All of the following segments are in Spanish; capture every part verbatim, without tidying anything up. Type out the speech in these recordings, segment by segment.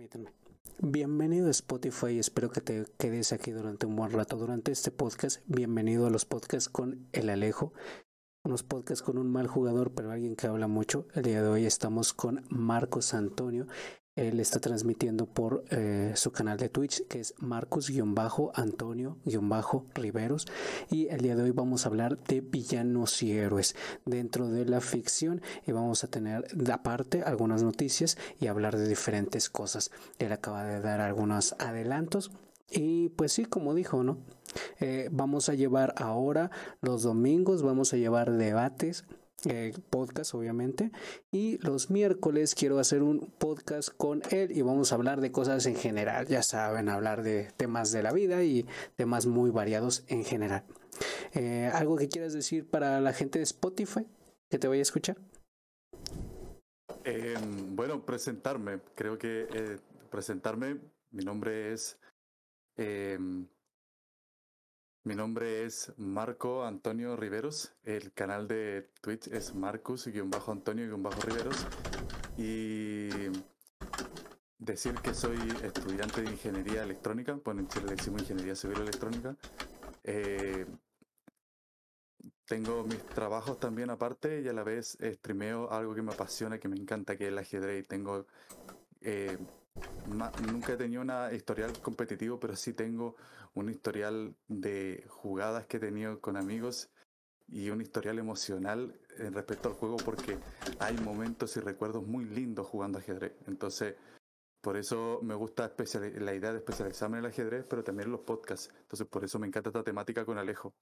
Permítanme. Bienvenido a Spotify, espero que te quedes aquí durante un buen rato. Durante este podcast, bienvenido a los podcasts con El Alejo, unos podcasts con un mal jugador, pero alguien que habla mucho. El día de hoy estamos con Marcos Antonio. Él está transmitiendo por eh, su canal de Twitch, que es Marcos-Antonio-Riveros. Y el día de hoy vamos a hablar de villanos y héroes dentro de la ficción. Y vamos a tener aparte algunas noticias y hablar de diferentes cosas. Él acaba de dar algunos adelantos. Y pues sí, como dijo, ¿no? Eh, vamos a llevar ahora los domingos, vamos a llevar debates. Eh, podcast obviamente, y los miércoles quiero hacer un podcast con él y vamos a hablar de cosas en general, ya saben, hablar de temas de la vida y temas muy variados en general. Eh, ¿algo que quieras decir para la gente de Spotify que te vaya a escuchar? Eh, bueno, presentarme, creo que eh, presentarme, mi nombre es eh, mi nombre es Marco Antonio Riveros, el canal de Twitch es Marcus-Antonio-Riveros y decir que soy estudiante de Ingeniería Electrónica, bueno, en Chile le decimos Ingeniería Civil Electrónica. Eh, tengo mis trabajos también aparte y a la vez streameo algo que me apasiona, que me encanta, que es el ajedrez. Tengo... Eh, Ma, nunca he tenido un historial competitivo, pero sí tengo un historial de jugadas que he tenido con amigos y un historial emocional en respecto al juego porque hay momentos y recuerdos muy lindos jugando ajedrez. Entonces, por eso me gusta la idea de especializarme en el ajedrez, pero también en los podcasts. Entonces, por eso me encanta esta temática con Alejo.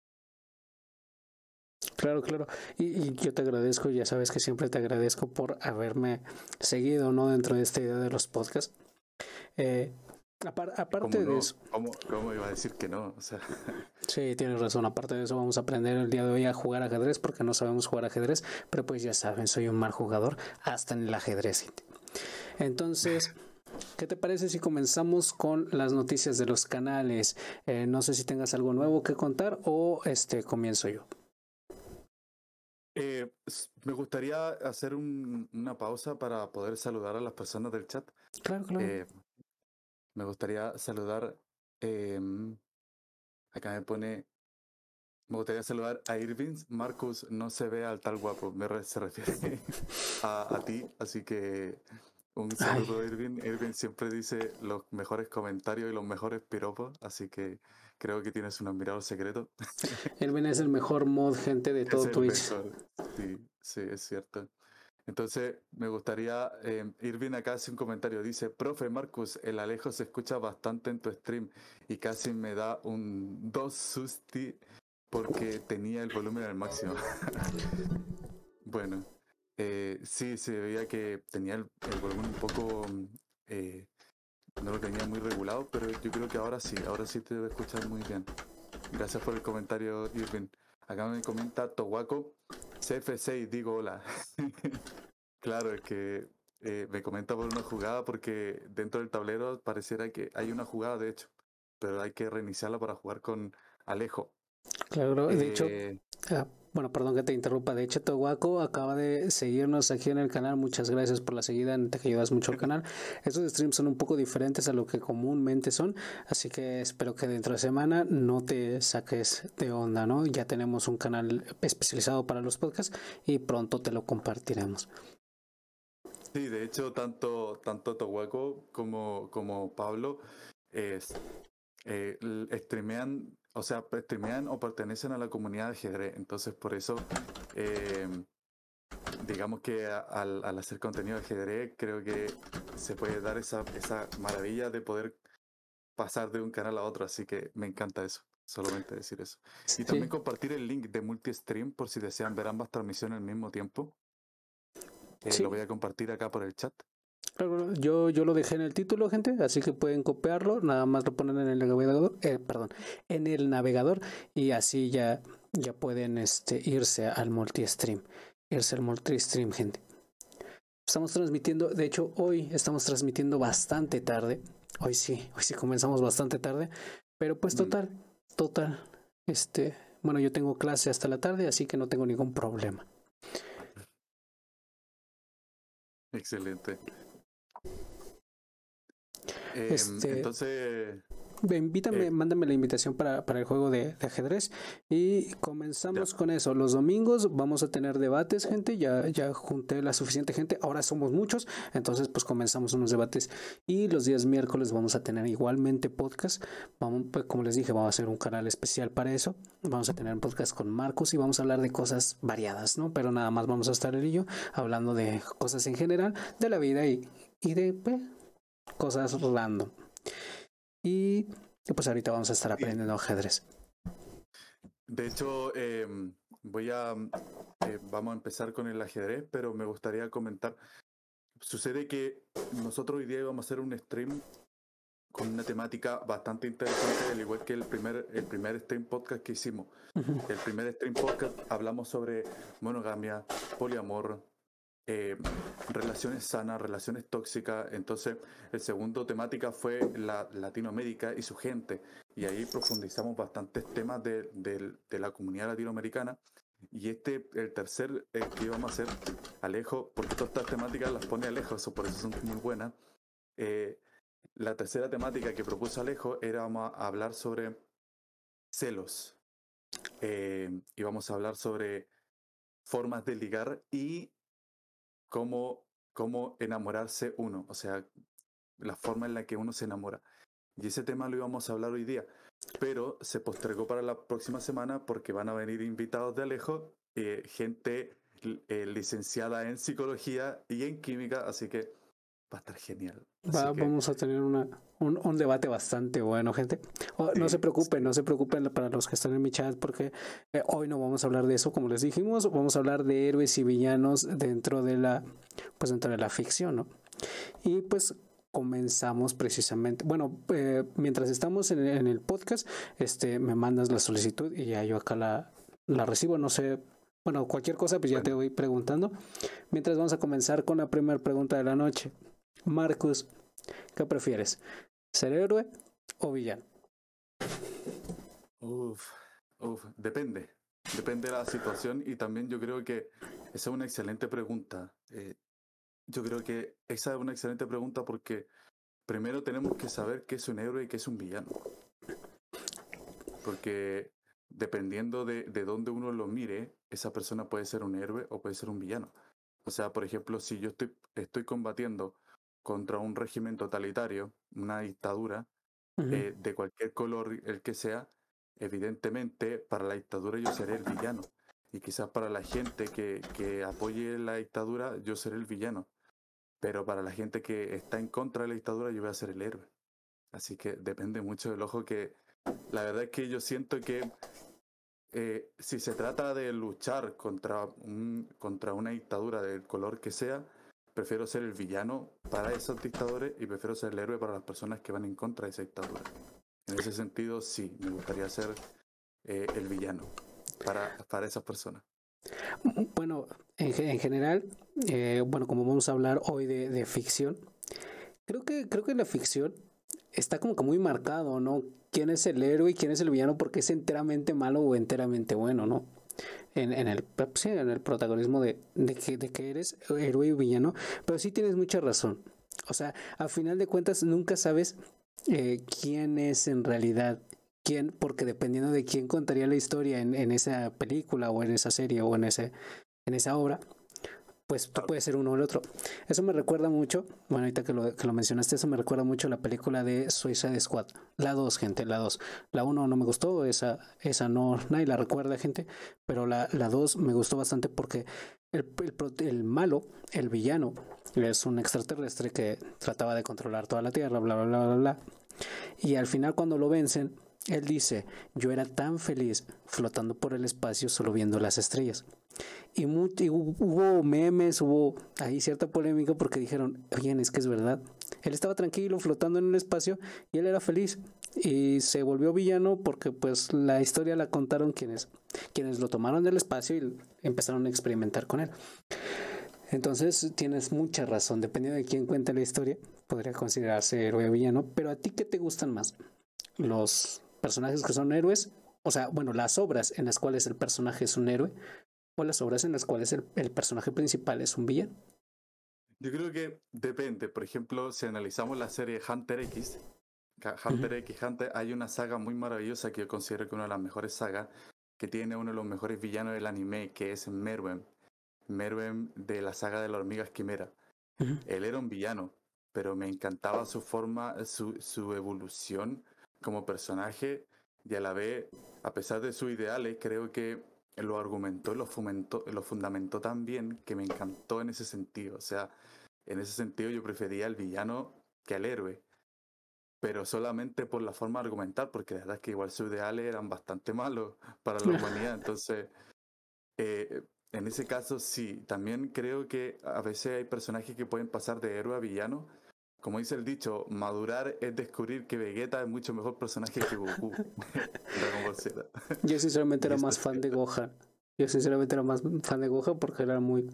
Claro, claro. Y, y yo te agradezco, ya sabes que siempre te agradezco por haberme seguido, ¿no? Dentro de esta idea de los podcasts. Eh, apar, aparte ¿Cómo de no? eso. ¿Cómo, cómo iba a decir que no? O sea... Sí, tienes razón. Aparte de eso, vamos a aprender el día de hoy a jugar ajedrez porque no sabemos jugar ajedrez. Pero pues ya saben, soy un mal jugador hasta en el ajedrez. Entonces, ¿qué te parece si comenzamos con las noticias de los canales? Eh, no sé si tengas algo nuevo que contar o este comienzo yo. Eh, me gustaría hacer un, una pausa para poder saludar a las personas del chat. Claro, claro. Eh, me gustaría saludar, eh, acá me pone, me gustaría saludar a Irving. Marcus no se ve al tal guapo, me re, se refiere a, a ti, así que un saludo. Ay. Irving. Irving siempre dice los mejores comentarios y los mejores piropos, así que creo que tienes un admirador secreto. Irving es el mejor mod, gente, de todo es el Twitch. Mejor. Sí, sí, es cierto. Entonces, me gustaría, eh, Irving acá hace un comentario, dice, profe Marcus, el Alejo se escucha bastante en tu stream y casi me da un dos susti porque tenía el volumen al máximo. Bueno, eh, sí, se veía que tenía el, el volumen un poco, eh, no lo tenía muy regulado, pero yo creo que ahora sí, ahora sí te debe escuchar muy bien. Gracias por el comentario, Irving. Acá me comenta Towaco, C F seis, digo hola. Claro, es que eh, me comenta por una jugada porque dentro del tablero pareciera que hay una jugada, de hecho, pero hay que reiniciarla para jugar con Alejo. Claro, de Eh, hecho, ah, bueno, perdón que te interrumpa. De hecho, Towaco acaba de seguirnos aquí en el canal. Muchas gracias por la seguida, te ayudas mucho al canal. Estos streams son un poco diferentes a lo que comúnmente son, así que espero que dentro de semana no te saques de onda, ¿no? Ya tenemos un canal especializado para los podcasts y pronto te lo compartiremos. Sí, de hecho, tanto, tanto Towaco como, como Pablo es, eh, streamean, o sea, streamean o pertenecen a la comunidad de ajedrez. Entonces, por eso, eh, digamos que a, al, al hacer contenido de ajedrez, creo que se puede dar esa, esa maravilla de poder pasar de un canal a otro. Así que me encanta eso, solamente decir eso. Sí. Y también compartir el link de Multistream por si desean ver ambas transmisiones al mismo tiempo. Eh, sí. Lo voy a compartir acá por el chat. Claro, yo, yo lo dejé en el título, gente, así que pueden copiarlo, nada más lo ponen en el navegador, eh, perdón, en el navegador y así ya, ya pueden este, irse al multistream, irse al multistream, gente. Estamos transmitiendo, de hecho hoy estamos transmitiendo bastante tarde, hoy sí, hoy sí comenzamos bastante tarde, pero pues total, mm. total, este, bueno, yo tengo clase hasta la tarde, así que no tengo ningún problema. Excelente. Eh, Este, entonces, invítame, eh, mándame la invitación para, para el juego de, de ajedrez y ya, comenzamos con eso. Los domingos vamos a tener debates, gente. Ya, ya junté la suficiente gente. Ahora somos muchos, entonces pues comenzamos unos debates. Y los días miércoles vamos a tener igualmente podcast. Vamos, pues, como les dije, vamos a hacer un canal especial para eso. Vamos a tener un podcast con Marcus y vamos a hablar de cosas variadas, ¿no? Pero nada más vamos a estar él y yo hablando de cosas en general, de la vida y, y de pues, cosas random. Y pues ahorita vamos a estar sí. aprendiendo ajedrez. De hecho, em, voy a, eh, vamos a empezar con el ajedrez, pero me gustaría comentar. Sucede que nosotros hoy día íbamos a hacer un stream con una temática bastante interesante, al igual que el primer, el primer stream podcast que hicimos. Ujú. El primer stream podcast hablamos sobre monogamia, poliamor, eh, relaciones sanas, relaciones tóxicas. Entonces, el segundo temática fue la Latinoamérica y su gente. Y ahí profundizamos bastantes temas de, de, de la comunidad latinoamericana. Y este, el tercer eh, que íbamos a hacer, Alejo, porque todas estas temáticas las pone Alejo, eso por eso son muy buenas. Eh, la tercera temática que propuso Alejo era vamos a hablar sobre celos. Eh, y vamos a hablar sobre formas de ligar y cómo, cómo enamorarse uno, o sea, la forma en la que uno se enamora. Y ese tema lo íbamos a hablar hoy día, pero se postergó para la próxima semana porque van a venir invitados de Alejo, eh, gente eh, licenciada en psicología y en química, así que va a estar genial. Así Va, que vamos a tener una, un, un debate bastante bueno, gente. Oh, no se sí, preocupen, sí, no se preocupen para los que están en mi chat, porque eh, hoy no vamos a hablar de eso, como les dijimos, vamos a hablar de héroes y villanos dentro de la, pues dentro de la ficción, ¿no? Y pues comenzamos precisamente, bueno, eh, mientras estamos en, en el podcast, este, me mandas la solicitud y ya yo acá la, la recibo, no sé, bueno, cualquier cosa, pues ya te bueno. voy preguntando. Mientras vamos a comenzar con la primera pregunta de la noche. Marcus, ¿qué prefieres? ¿Ser héroe o villano? Uf, uf, depende. Depende de la situación y también yo creo que esa es una excelente pregunta. Eh, yo creo que esa es una excelente pregunta porque primero tenemos que saber qué es un héroe y qué es un villano. Porque dependiendo de, de dónde uno lo mire, esa persona puede ser un héroe o puede ser un villano. O sea, por ejemplo, si yo estoy, estoy combatiendo contra un régimen totalitario, una dictadura, Ujú. eh, de cualquier color el que sea, evidentemente para la dictadura yo seré el villano. Y quizás para la gente que, que apoye la dictadura yo seré el villano. Pero para la gente que está en contra de la dictadura yo voy a ser el héroe. Así que depende mucho del ojo que... La verdad es que yo siento que eh, si se trata de luchar contra, un, contra una dictadura del color que sea, prefiero ser el villano para esos dictadores y prefiero ser el héroe para las personas que van en contra de esa dictadura. En ese sentido, sí, me gustaría ser eh, el villano para, para esas personas. Bueno, en, en general, eh, bueno, como vamos a hablar hoy de, de ficción, creo que, creo que la ficción está como que muy marcado, ¿no? ¿Quién es el héroe y quién es el villano? Porque es enteramente malo o enteramente bueno, ¿no? En, en el, sí, en el protagonismo de, de, que, de que eres héroe y villano, pero sí tienes mucha razón. O sea, a final de cuentas nunca sabes eh, quién es en realidad quién, porque dependiendo de quién contaría la historia en, en esa película o en esa serie o en, ese, en esa obra, pues tú Claro. puedes ser uno o el otro. Eso me recuerda mucho, bueno, ahorita que lo, que lo mencionaste, eso me recuerda mucho a la película de Suicide Squad. La dos, gente, la dos. La uno no me gustó, esa, esa no, nadie la recuerda, gente, pero la, la dos me gustó bastante porque el, el, el malo, el villano, es un extraterrestre que trataba de controlar toda la Tierra, bla, bla, bla, bla, bla. Y al final cuando lo vencen, él dice, yo era tan feliz flotando por el espacio solo viendo las estrellas. Y, mu- y hubo memes, hubo ahí cierta polémica porque dijeron, oye, es que es verdad. Él estaba tranquilo flotando en el espacio y él era feliz. Y se volvió villano porque pues la historia la contaron quienes, quienes lo tomaron del espacio y empezaron a experimentar con él. Entonces tienes mucha razón, dependiendo de quién cuenta la historia, podría considerarse héroe o villano, pero ¿a ti qué te gustan más? ¿Los personajes que son héroes? O sea, bueno, las obras en las cuales el personaje es un héroe o las obras en las cuales el, el personaje principal es un villano. Yo creo que depende. Por ejemplo, si analizamos la serie Hunter X, Ca- Ujú, Hunter X Hunter, hay una saga muy maravillosa que yo considero que es una de las mejores sagas, que tiene uno de los mejores villanos del anime, que es Meruem. Meruem de la saga de las hormigas quimera. ujú. Él era un villano, pero me encantaba su forma, su, su evolución como personaje y a la vez, a pesar de sus ideales, creo que lo argumentó y lo, fomentó, lo fundamentó tan bien que me encantó en ese sentido. O sea, en ese sentido yo prefería al villano que al héroe, pero solamente por la forma de argumentar, porque la verdad es que igual sus ideales eran bastante malos para la humanidad. Entonces, eh, en ese caso sí, también creo que a veces hay personajes que pueden pasar de héroe a villano. Como dice el dicho, madurar es descubrir que Vegeta es mucho mejor personaje que Goku en Dragon Ball Z. Yo sinceramente Y era eso más es fan de cierto. Gohan. Yo sinceramente era más fan de Gohan porque era muy,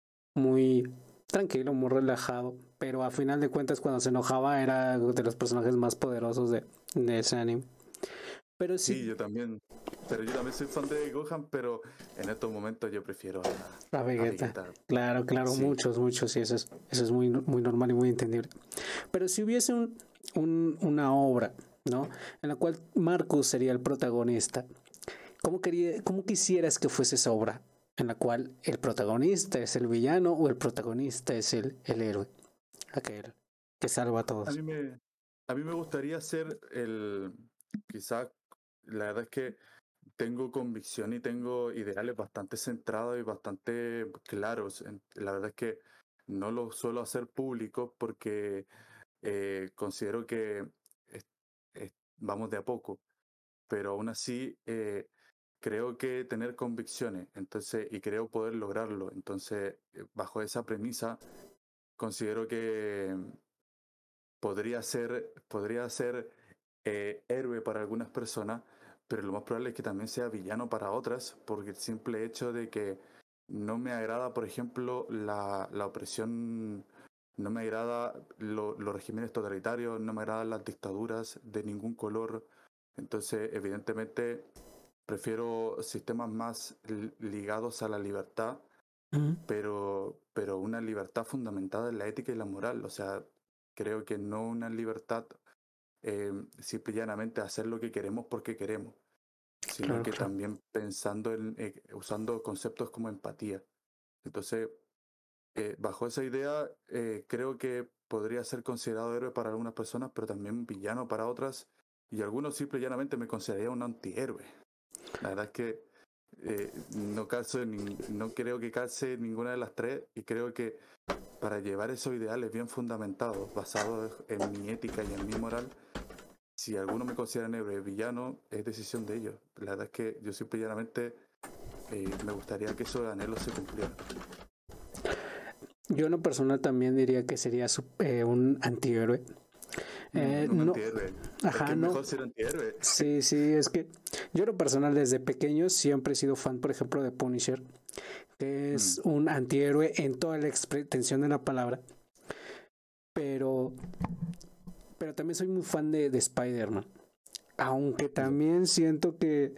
muy tranquilo, muy relajado. Pero a final de cuentas, cuando se enojaba, era de los personajes más poderosos de, de ese anime. Pero sí, Sí, yo también. Pero yo también soy fan de Gohan, pero en estos momentos yo prefiero a, la a Vegeta. Vegeta. Claro, claro, Sí. muchos, muchos, y eso es, eso es muy, muy normal y muy entendible. Pero si hubiese un, un, una obra, ¿no? En la cual Marcus sería el protagonista, ¿cómo, quería, ¿cómo quisieras que fuese esa obra? En la cual el protagonista es el villano o el protagonista es el, el héroe, aquel que salva a A todos. mí me, a mí me gustaría ser el, quizás, la verdad es que tengo convicción y tengo ideales bastante centrados y bastante claros. En- La verdad es que no lo suelo hacer público porque eh, considero que es- es- vamos de a poco, pero aún así eh, creo que tener convicciones, entonces, y creo poder lograrlo. Entonces, eh, bajo esa premisa, considero que podría ser, podría ser eh, héroe para algunas personas, pero lo más probable es que también sea villano para otras, porque el simple hecho de que no me agrada, por ejemplo, la, la opresión, no me agrada lo- los regímenes totalitarios, no me agradan las dictaduras de ningún color. Entonces, evidentemente, prefiero sistemas más li- ligados a la libertad, Ujú. pero, pero una libertad fundamentada en la ética y la moral. O sea, creo que no una libertad eh, simple y llanamente hacer lo que queremos porque queremos, sino Claro, que claro. también pensando en, eh, usando conceptos como empatía. Entonces, eh, bajo esa idea, eh, creo que podría ser considerado héroe para algunas personas, pero también villano para otras, y algunos simple y llanamente me consideraría un antihéroe. La verdad es que eh, no calzo en nin- no creo que calce en ninguna de las tres, y creo que para llevar esos ideales bien fundamentados, basados en mi ética y en mi moral, si alguno me considera héroe villano, es decisión de ellos. La verdad es que yo simple y llanamente eh, me gustaría que esos anhelos se cumplieran. Yo en lo personal también diría que sería su- eh, un antihéroe. Eh, Mm, un no, antihéroe. Es que ajá, es no. mejor ser antihéroe. Sí, sí, es que yo en lo personal desde pequeño siempre he sido fan, por ejemplo, de Punisher, que Mm, es un antihéroe en toda la extensión de la palabra, pero, pero también soy muy fan de, de Spider-Man, aunque ya. también siento que,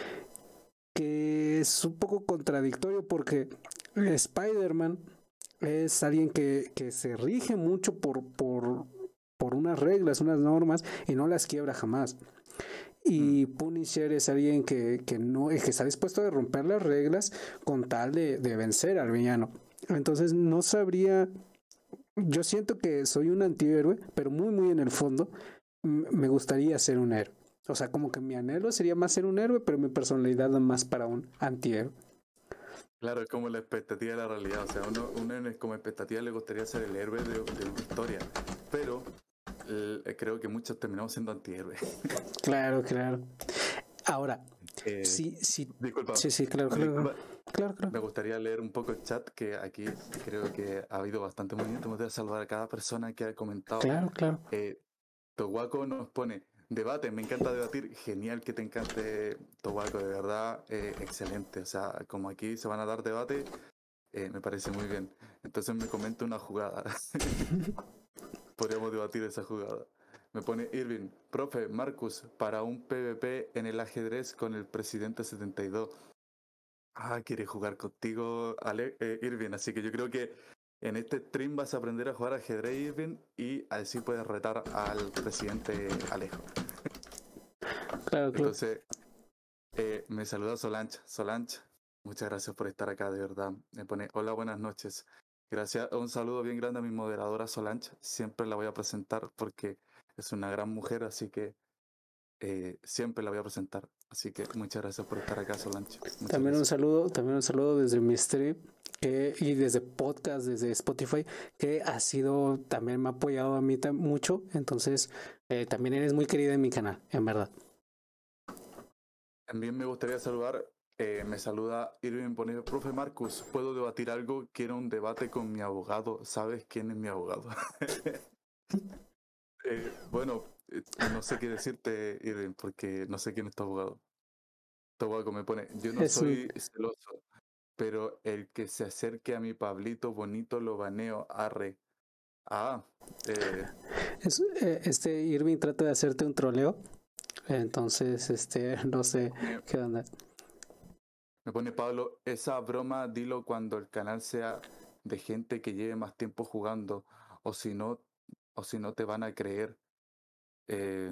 que es un poco contradictorio porque Spider-Man es alguien que, que se rige mucho por, por, por unas reglas, unas normas y no las quiebra jamás. Mm, Y Punisher es alguien que, que no, que está dispuesto a romper las reglas con tal de, de vencer al villano. Entonces no sabría, yo siento que soy un antihéroe, pero muy muy en el fondo m- me gustaría ser un héroe. O sea, como que mi anhelo sería más ser un héroe, pero mi personalidad más para un antihéroe. claro, es como la expectativa de la realidad. O sea, uno, uno en- como expectativa le gustaría ser el héroe de, de una historia, pero eh, creo que muchos terminamos siendo antihéroes. Claro, claro. Ahora, Eh, sí, sí, disculpa, sí, sí, claro, claro, disculpa, claro, claro, me gustaría leer un poco el chat, que aquí creo que ha habido bastante movimiento. Me gustaría saludar a cada persona que ha comentado. claro, claro. Eh, Towaco nos pone, debate, me encanta debatir. Genial que te encante, Towaco, de verdad, eh, excelente. O sea, como aquí se van a dar debate, eh, me parece muy bien. Entonces me comenta una jugada. Podríamos debatir esa jugada. Me pone Irving, profe, Marcus, para un PvP en el ajedrez con el presidente setenta y dos. Ah, quiere jugar contigo, Ale, eh, Irving, así que yo creo que en este stream vas a aprender a jugar ajedrez, Irving, y así puedes retar al presidente Alejo. Claro, claro. Entonces, eh, me saluda Solange. Solange, muchas gracias por estar acá, de verdad. Me pone, hola, buenas noches. Gracias, un saludo bien grande a mi moderadora Solange. Siempre la voy a presentar porque es una gran mujer, así que eh, siempre la voy a presentar. Así que muchas gracias por estar acá, Solange. Muchas También un gracias. saludo, también un saludo desde mi stream que, y desde podcast, desde Spotify, que ha sido, también me ha apoyado a mí tam- mucho. Entonces, eh, también eres muy querida en mi canal, en verdad. También me gustaría saludar, eh, me saluda Irving Pone, profe Marcus, ¿puedo debatir algo? Quiero un debate con mi abogado. ¿Sabes quién es mi abogado? eh, bueno, eh, no sé qué decirte, Irving, porque no sé quién es tu abogado. Tu abogado me pone, yo no Es un, soy celoso, pero el que se acerque a mi Pablito bonito lo baneo, arre. Ah, eh, es, eh, este Irving trata de hacerte un troleo. Entonces, este, no sé me, qué onda. me pone Pablo, esa broma dilo cuando el canal sea de gente que lleve más tiempo jugando, o si no, o si no te van a creer. Eh,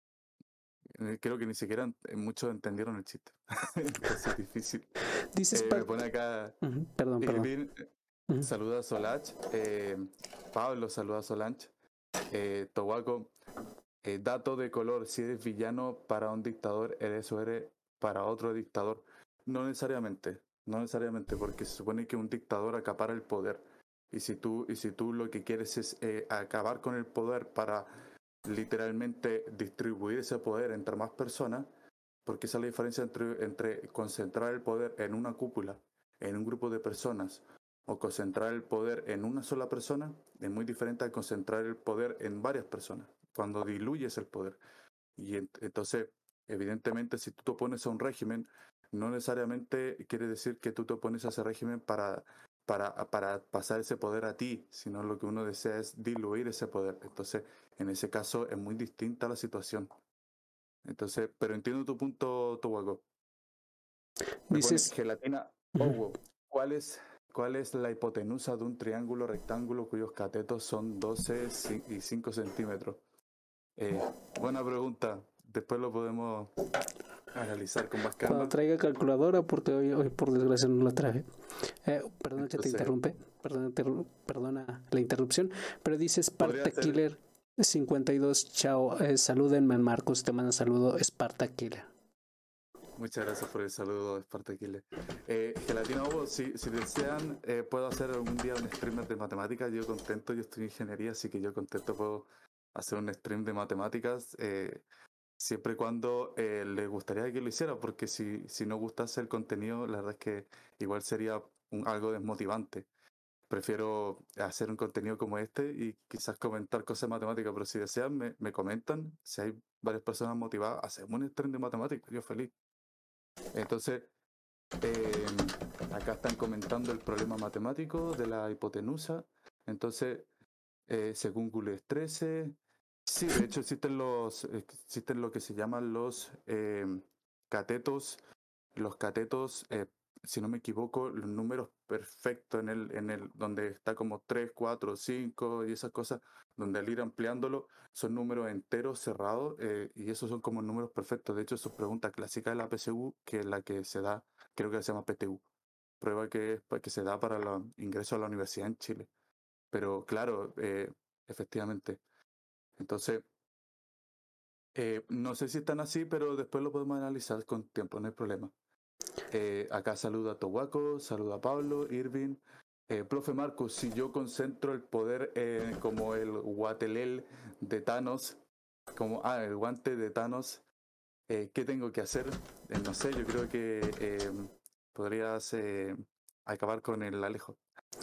eh, creo que ni siquiera ent- muchos entendieron el chiste. Entonces es difícil. Dices, Eh, pa- me pone acá Ujú, perdón, perdón. Irving, eh, Ujú. saluda a Solange. eh, Pablo saluda a Solange. Eh, Tobacco, eh, dato de color, si eres villano para un dictador, eres o eres para otro dictador. No necesariamente, no necesariamente, porque se supone que un dictador acapara el poder. Y si tú, y si tú lo que quieres es eh, acabar con el poder para literalmente distribuir ese poder entre más personas, porque esa es la diferencia entre, entre concentrar el poder en una cúpula, en un grupo de personas, o concentrar el poder en una sola persona, es muy diferente a concentrar el poder en varias personas, cuando diluyes el poder. Y ent entonces, evidentemente, si tú te opones a un régimen, no necesariamente quiere decir que tú te opones a ese régimen para, para, para pasar ese poder a ti, sino lo que uno desea es diluir ese poder. Entonces, en ese caso es muy distinta la situación. Entonces, pero entiendo tu punto, Tobago. Me pone Dices, gelatina ujú, Owo. ¿Cuál es, cuál es la hipotenusa de un triángulo rectángulo cuyos catetos son doce y cinco centímetros? Eh, buena pregunta. Después lo podemos analizar con más cuando calma. traiga calculadora, porque hoy, hoy por desgracia no la traje. Eh, perdona que te Entonces, interrumpe, perdona, interru- perdona la interrupción, pero dice podría Sparta ser. Killer cincuenta y dos, chao, eh, salúdenme Marcos, te manda saludo Sparta Killer. Muchas gracias por el saludo, Espartaquile. Eh, Gelatina Ovo, si, si desean, eh, puedo hacer algún día un streamer de matemáticas. Yo contento, yo estoy en ingeniería, así que yo contento puedo hacer un stream de matemáticas. Eh, siempre y cuando eh, les gustaría que lo hiciera, porque si, si no gustase el contenido, la verdad es que igual sería un- algo desmotivante. Prefiero hacer un contenido como este y quizás comentar cosas de matemáticas, pero si desean, me, me comentan. Si hay varias personas motivadas, hacemos un stream de matemáticas, yo feliz. Entonces, eh, acá están comentando el problema matemático de la hipotenusa. Entonces, eh, según Google trece, sí, de hecho existen los, existen lo que se llaman los eh, catetos, los catetos, eh, si no me equivoco, los números perfectos en el, en el, donde está como tres, cuatro, cinco y esas cosas, donde al ir ampliándolo son números enteros cerrados eh, y esos son como números perfectos. De hecho, eso es pregunta clásica de la P S U, que es la que se da, creo que se llama P T U, prueba que, es, pa- que se da para el ingreso a la universidad en Chile. Pero claro, eh, efectivamente. Entonces, eh, no sé si están así, pero después lo podemos analizar con tiempo, no hay problema. Eh, acá saluda a Tohuaco, saluda a Pablo, Irving. Eh, profe Marcos, si yo concentro el poder eh, como el guatelel de Thanos, como ah, el guante de Thanos, eh, ¿qué tengo que hacer? Eh, no sé, yo creo que eh, podrías eh, acabar con el Alejo.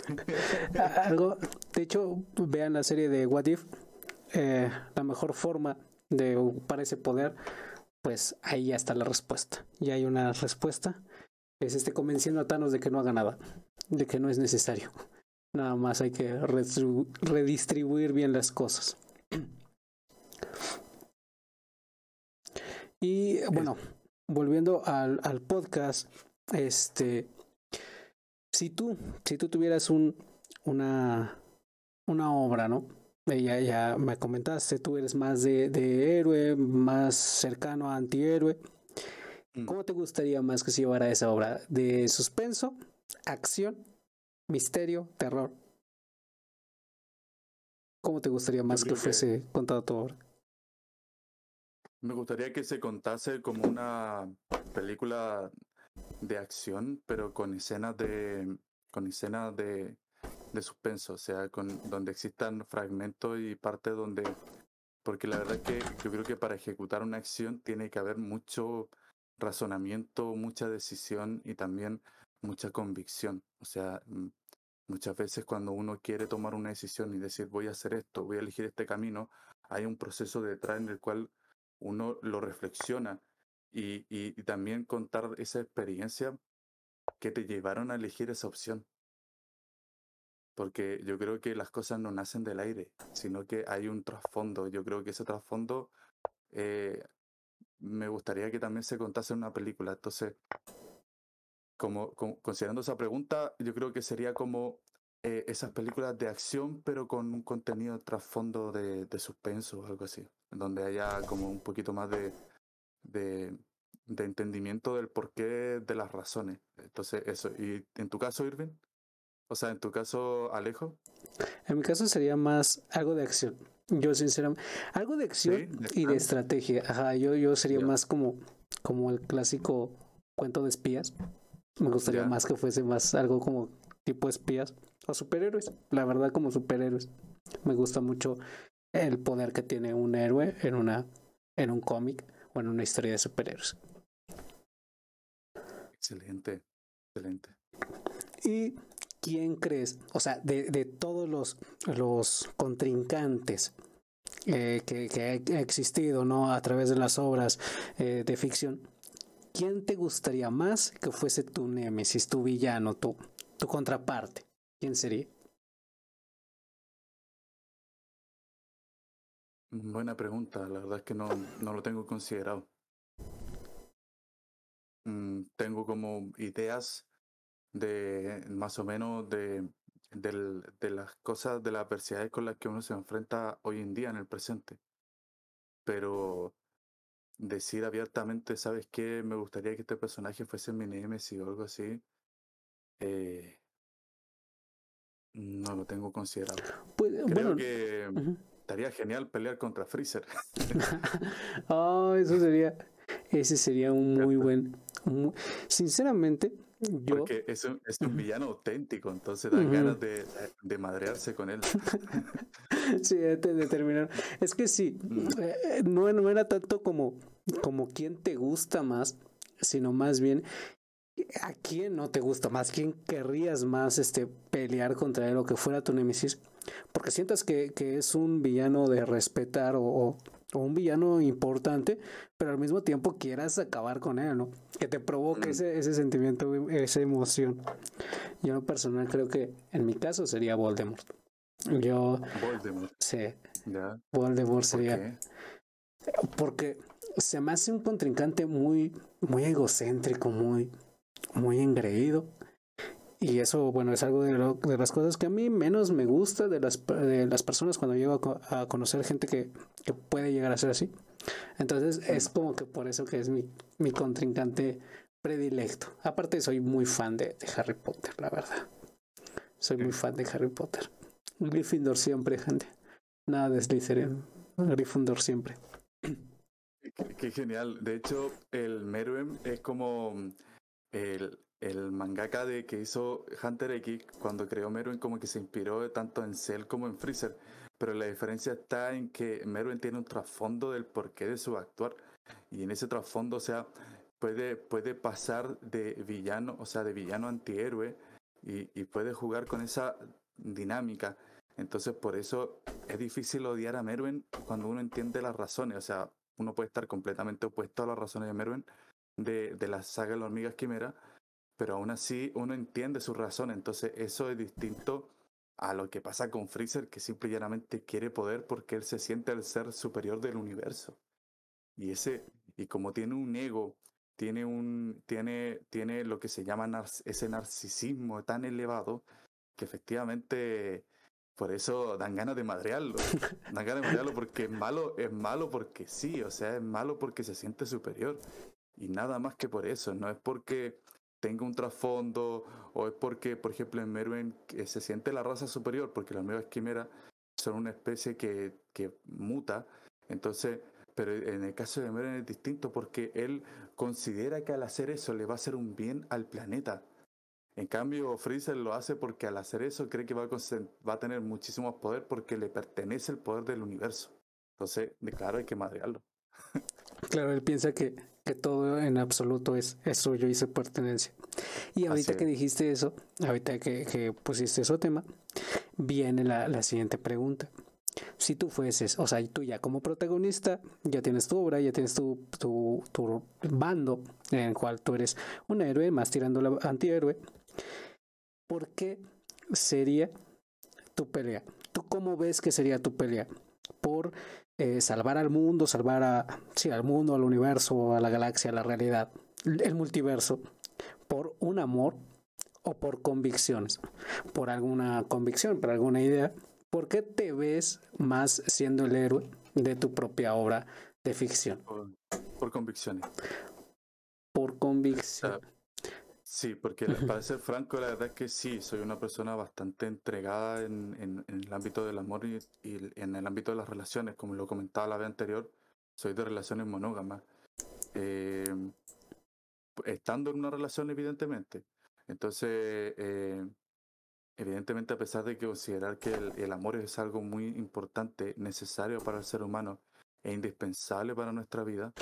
A- Algo, de hecho, vean la serie de What If, eh, la mejor forma de ocupar ese poder, pues ahí ya está la respuesta. Ya hay una respuesta. Es este convenciendo a Thanos de que no haga nada, de que no es necesario. Nada más hay que redistribu- redistribuir bien las cosas. Y Es- bueno, volviendo al, al podcast, este, si tú, si tú tuvieras un, una, una obra, ¿no? Eh, Ya, ya me comentaste, tú eres más de, de héroe, más cercano a antihéroe. Mm, ¿Cómo te gustaría más que se llevara esa obra? ¿De suspenso, acción, misterio, terror? ¿Cómo te gustaría Yo más que creo que fuese contada tu obra? me gustaría que se contase como una película de acción, pero con escenas de, con escenas de, de suspenso, o sea, con, donde existan fragmentos y partes donde, porque la verdad es que yo creo que para ejecutar una acción tiene que haber mucho razonamiento, mucha decisión y también mucha convicción. O sea, mm, muchas veces cuando uno quiere tomar una decisión y decir voy a hacer esto, voy a elegir este camino, hay un proceso detrás en el cual uno lo reflexiona y, y, y también contar esa experiencia que te llevaron a elegir esa opción. Porque yo creo que las cosas no nacen del aire, sino que hay un trasfondo. Yo creo que ese trasfondo eh, me gustaría que también se contase en una película. Entonces, como, como- considerando esa pregunta, yo creo que sería como eh, esas películas de acción, pero con un contenido trasfondo de, de suspenso o algo así, donde haya como un poquito más de, de, de entendimiento del porqué de las razones. Entonces, eso. ¿Y en tu caso, Irving? O sea, en tu caso, Alejo, En mi caso sería más algo de acción. Yo sinceramente, algo de acción ¿sí? ¿De y de acción? estrategia. Ajá, yo, yo sería Ya, más como, como el clásico cuento de espías. Me gustaría ya. más que fuese más algo como tipo espías o superhéroes. La verdad, como superhéroes. Me gusta mucho el poder que tiene un héroe en una, en un cómic o en una historia de superhéroes. Excelente, excelente. ¿Y quién crees? O sea, de, de todos los, los contrincantes eh, que, que, ha existido, ¿no? A través de las obras eh, de ficción, ¿quién te gustaría más que fuese tu némesis, tu villano, tu, tu contraparte? ¿Quién sería? Buena pregunta, la verdad es que no, no lo tengo considerado. Mm, tengo como ideas de más o menos de, del- de las cosas, de las adversidades con las que uno se enfrenta hoy en día en el presente. Pero decir abiertamente, ¿sabes qué? Me gustaría que este personaje fuese mi némesis o algo así, eh, no lo tengo considerado. Pues Creo bueno. que Uh-huh. estaría genial pelear contra Freezer. Oh, eso sería, ese sería un muy ¿Cierto? buen, un, sinceramente, yo, Porque es un, es un uh-huh, villano auténtico, entonces dan uh-huh. ganas de, de, de madrearse con él. Sí, de, de terminar. Es que sí, Mm, eh, no, no era tanto como, como quién te gusta más, sino más bien a quién no te gusta más, quién querrías más este, pelear contra él o que fuera tu némesis, porque sientas que, que es un villano de respetar o, o, o un villano importante, pero al mismo tiempo quieras acabar con él, ¿no? Que te provoque mm. ese, ese sentimiento, esa emoción. Yo en lo personal creo que en mi caso sería Voldemort. Yo Voldemort, sé, ¿ya? Voldemort ¿Por sería, qué? porque se me hace un contrincante muy, muy egocéntrico, muy, muy engreído. Y eso, bueno, es algo de, lo, de las cosas que a mí menos me gusta de las, de las personas cuando llego a, co- a conocer gente que, que puede llegar a ser así. Entonces es Mm, como que por eso que es mi, mi contrincante predilecto. Aparte soy muy fan de, de Harry Potter, la verdad. Soy muy sí. fan de Harry Potter. Gryffindor siempre, gente. Nada de Slytherin. Gryffindor siempre. Qué, qué genial. De hecho, el Meruem es como mm, el, el mangaka de que hizo Hunter X cuando creó Meruem, como que se inspiró tanto en Cell como en Freezer. Pero la diferencia está en que Meruem tiene un trasfondo del porqué de su actuar. Y en ese trasfondo, o sea, puede, puede pasar de villano, o sea, de villano a antihéroe y, y puede jugar con esa dinámica. Entonces, por eso es difícil odiar a Meruem cuando uno entiende las razones. O sea, uno puede estar completamente opuesto a las razones de Meruem de, de la saga de las hormigas quimera, pero aún así uno entiende sus razones. Entonces, eso es distinto a lo que pasa con Freezer, que simple y llanamente quiere poder porque él se siente el ser superior del universo. Y ese, y como tiene un ego, tiene un, tiene, tiene lo que se llama nar- ese narcisismo tan elevado, que efectivamente por eso dan ganas de madrearlo. Dan ganas de madrearlo porque es malo, es malo porque sí, o sea, es malo porque se siente superior. Y nada más que por eso, no es porque tenga un trasfondo o es porque, por ejemplo, en Meruem que se siente la raza superior, porque las nuevas quimeras son una especie que, que muta. Entonces, pero en el caso de Meruem es distinto porque él considera que al hacer eso le va a hacer un bien al planeta. En cambio, Freezer lo hace porque al hacer eso cree que va a, va a tener muchísimo poder porque le pertenece el poder del universo. Entonces, de claro, hay que madrearlo. Claro, él piensa que, que todo en absoluto es, es suyo y su pertenencia. Y ahorita que dijiste eso, ahorita que, que pusiste eso tema, viene la, la siguiente pregunta. Si tú fueses, o sea, tú ya como protagonista, ya tienes tu obra, ya tienes tu, tu, tu bando en el cual tú eres un héroe, más tirando la antihéroe, ¿por qué sería tu pelea? ¿Tú cómo ves que sería tu pelea? ¿Por eh, salvar al mundo, salvar a, sí, al mundo, al universo, a la galaxia, a la realidad, el multiverso? ¿Por un amor o por convicciones? ¿Por alguna convicción, por alguna idea? ¿Por qué te ves más siendo el héroe de tu propia obra de ficción? Por, por convicciones. Por convicción. O sea, sí, porque para ser franco, la verdad es que sí, soy una persona bastante entregada en, en, en el ámbito del amor y, y, en el ámbito de las relaciones, como lo comentaba la vez anterior, soy de relaciones monógamas. Eh, estando en una relación, evidentemente. Entonces, eh, evidentemente, a pesar de que considerar que el, el amor es algo muy importante, necesario para el ser humano e indispensable para nuestra vida,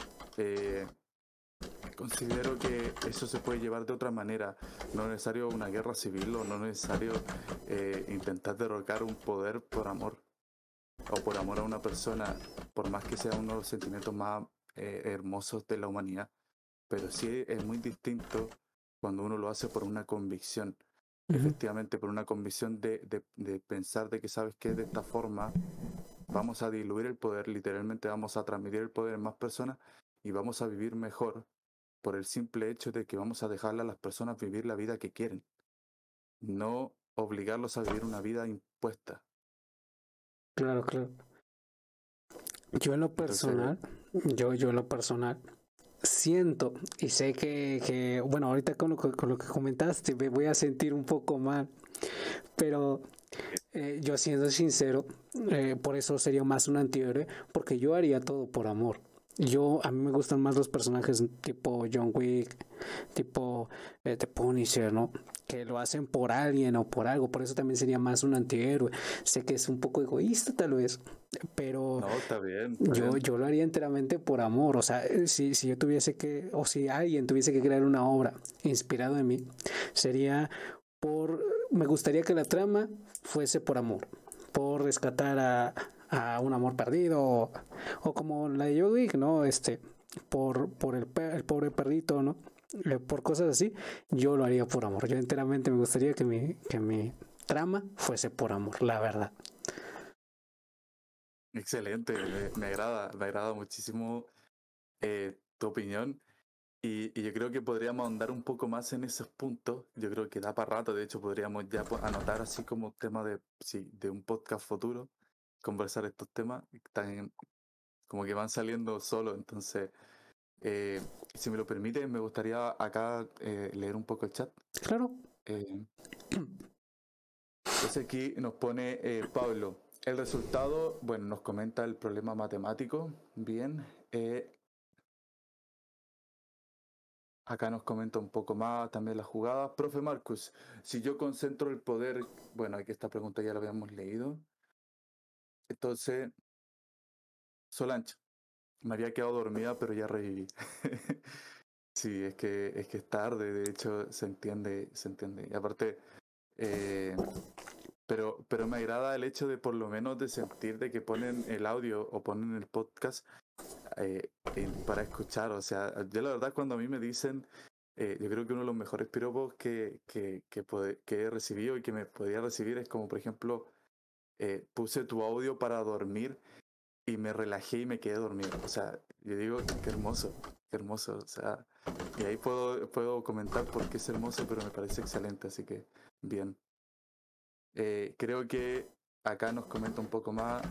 eh, considero que eso se puede llevar de otra manera. No es necesario una guerra civil o no es necesario eh, intentar derrocar un poder por amor o por amor a una persona, por más que sea uno de los sentimientos más eh, hermosos de la humanidad. Pero sí es muy distinto cuando uno lo hace por una convicción. Uh-huh. Efectivamente, por una convicción de, de, de pensar de que sabes que de esta forma vamos a diluir el poder, literalmente vamos a transmitir el poder en más personas y vamos a vivir mejor por el simple hecho de que vamos a dejarle a las personas vivir la vida que quieren, no obligarlos a vivir una vida impuesta. Claro, claro. Yo en lo personal, Entonces, yo, yo en lo personal, siento y sé que, que bueno, ahorita con lo, con lo que comentaste me voy a sentir un poco mal, pero eh, yo siendo sincero, eh, por eso sería más un antihéroe, porque yo haría todo por amor. Yo, a mí me gustan más los personajes tipo John Wick, tipo eh, The Punisher, ¿no? Que lo hacen por alguien o por algo, por eso también sería más un antihéroe. Sé que es un poco egoísta tal vez, pero no, está bien, está yo, bien. yo lo haría enteramente por amor. O sea, si, si yo tuviese que, o si alguien tuviese que crear una obra inspirado en mí, sería por, me gustaría que la trama fuese por amor, por rescatar a, a un amor perdido, o, o como la de Joe Wick, ¿no? Este, por, por el, el pobre perrito, ¿no? Eh, por cosas así, yo lo haría por amor. Yo enteramente me gustaría que mi, que mi trama fuese por amor, la verdad. Excelente, me, me agrada, me agrada muchísimo eh, tu opinión. Y, y yo creo que podríamos ahondar un poco más en esos puntos. Yo creo que da para rato. De hecho, podríamos ya anotar así como tema de, sí, de un podcast futuro, conversar estos temas. Están como que van saliendo solos. Entonces, eh, si me lo permite, me gustaría acá eh, leer un poco el chat. Claro. Eh, entonces aquí nos pone eh, Pablo. El resultado, bueno, nos comenta el problema matemático. Bien. Eh, Acá nos comenta un poco más también la jugada. Profe Marcus, si yo concentro el poder, bueno, aquí esta pregunta ya la habíamos leído. Entonces, Solancha, me había quedado dormida, pero ya reviví. Sí, es que es que es tarde, de hecho se entiende, se entiende. Y aparte, eh, pero, pero me agrada el hecho de por lo menos de sentir de que ponen el audio o ponen el podcast eh, en, para escuchar. O sea, yo la verdad cuando a mí me dicen Eh, yo creo que uno de los mejores piropos que, que, que, puede, que he recibido y que me podría recibir es como, por ejemplo, eh, puse tu audio para dormir y me relajé y me quedé dormido. O sea, yo digo, qué hermoso, qué hermoso. O sea, y ahí puedo, puedo comentar por qué es hermoso, pero me parece excelente, así que bien. Eh, creo que acá nos comenta un poco más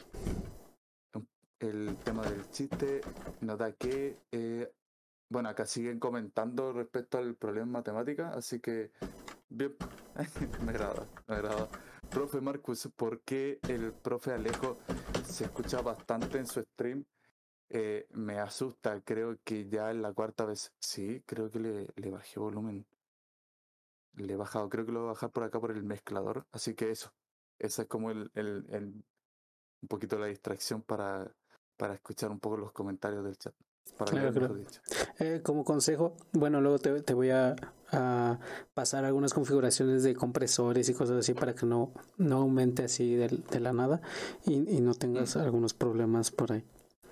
el tema del chiste, nos da que, eh, bueno, acá siguen comentando respecto al problema en matemática, así que, bien, me agrada, me agrada. Profe Marcus, ¿por qué el profe Alejo se escucha bastante en su stream? Eh, me asusta, creo que ya es la cuarta vez. Sí, creo que le, le bajé volumen. Le he bajado, creo que lo voy a bajar por acá por el mezclador. Así que eso, esa es como el, el, el- un poquito la distracción para, para escuchar un poco los comentarios del chat. Para Claro, leer, claro. mejor dicho. Eh, como consejo, bueno, luego te, te voy a, a pasar algunas configuraciones de compresores y cosas así para que no, no aumente así de, de la nada y, y no Mm, tengas algunos problemas por ahí.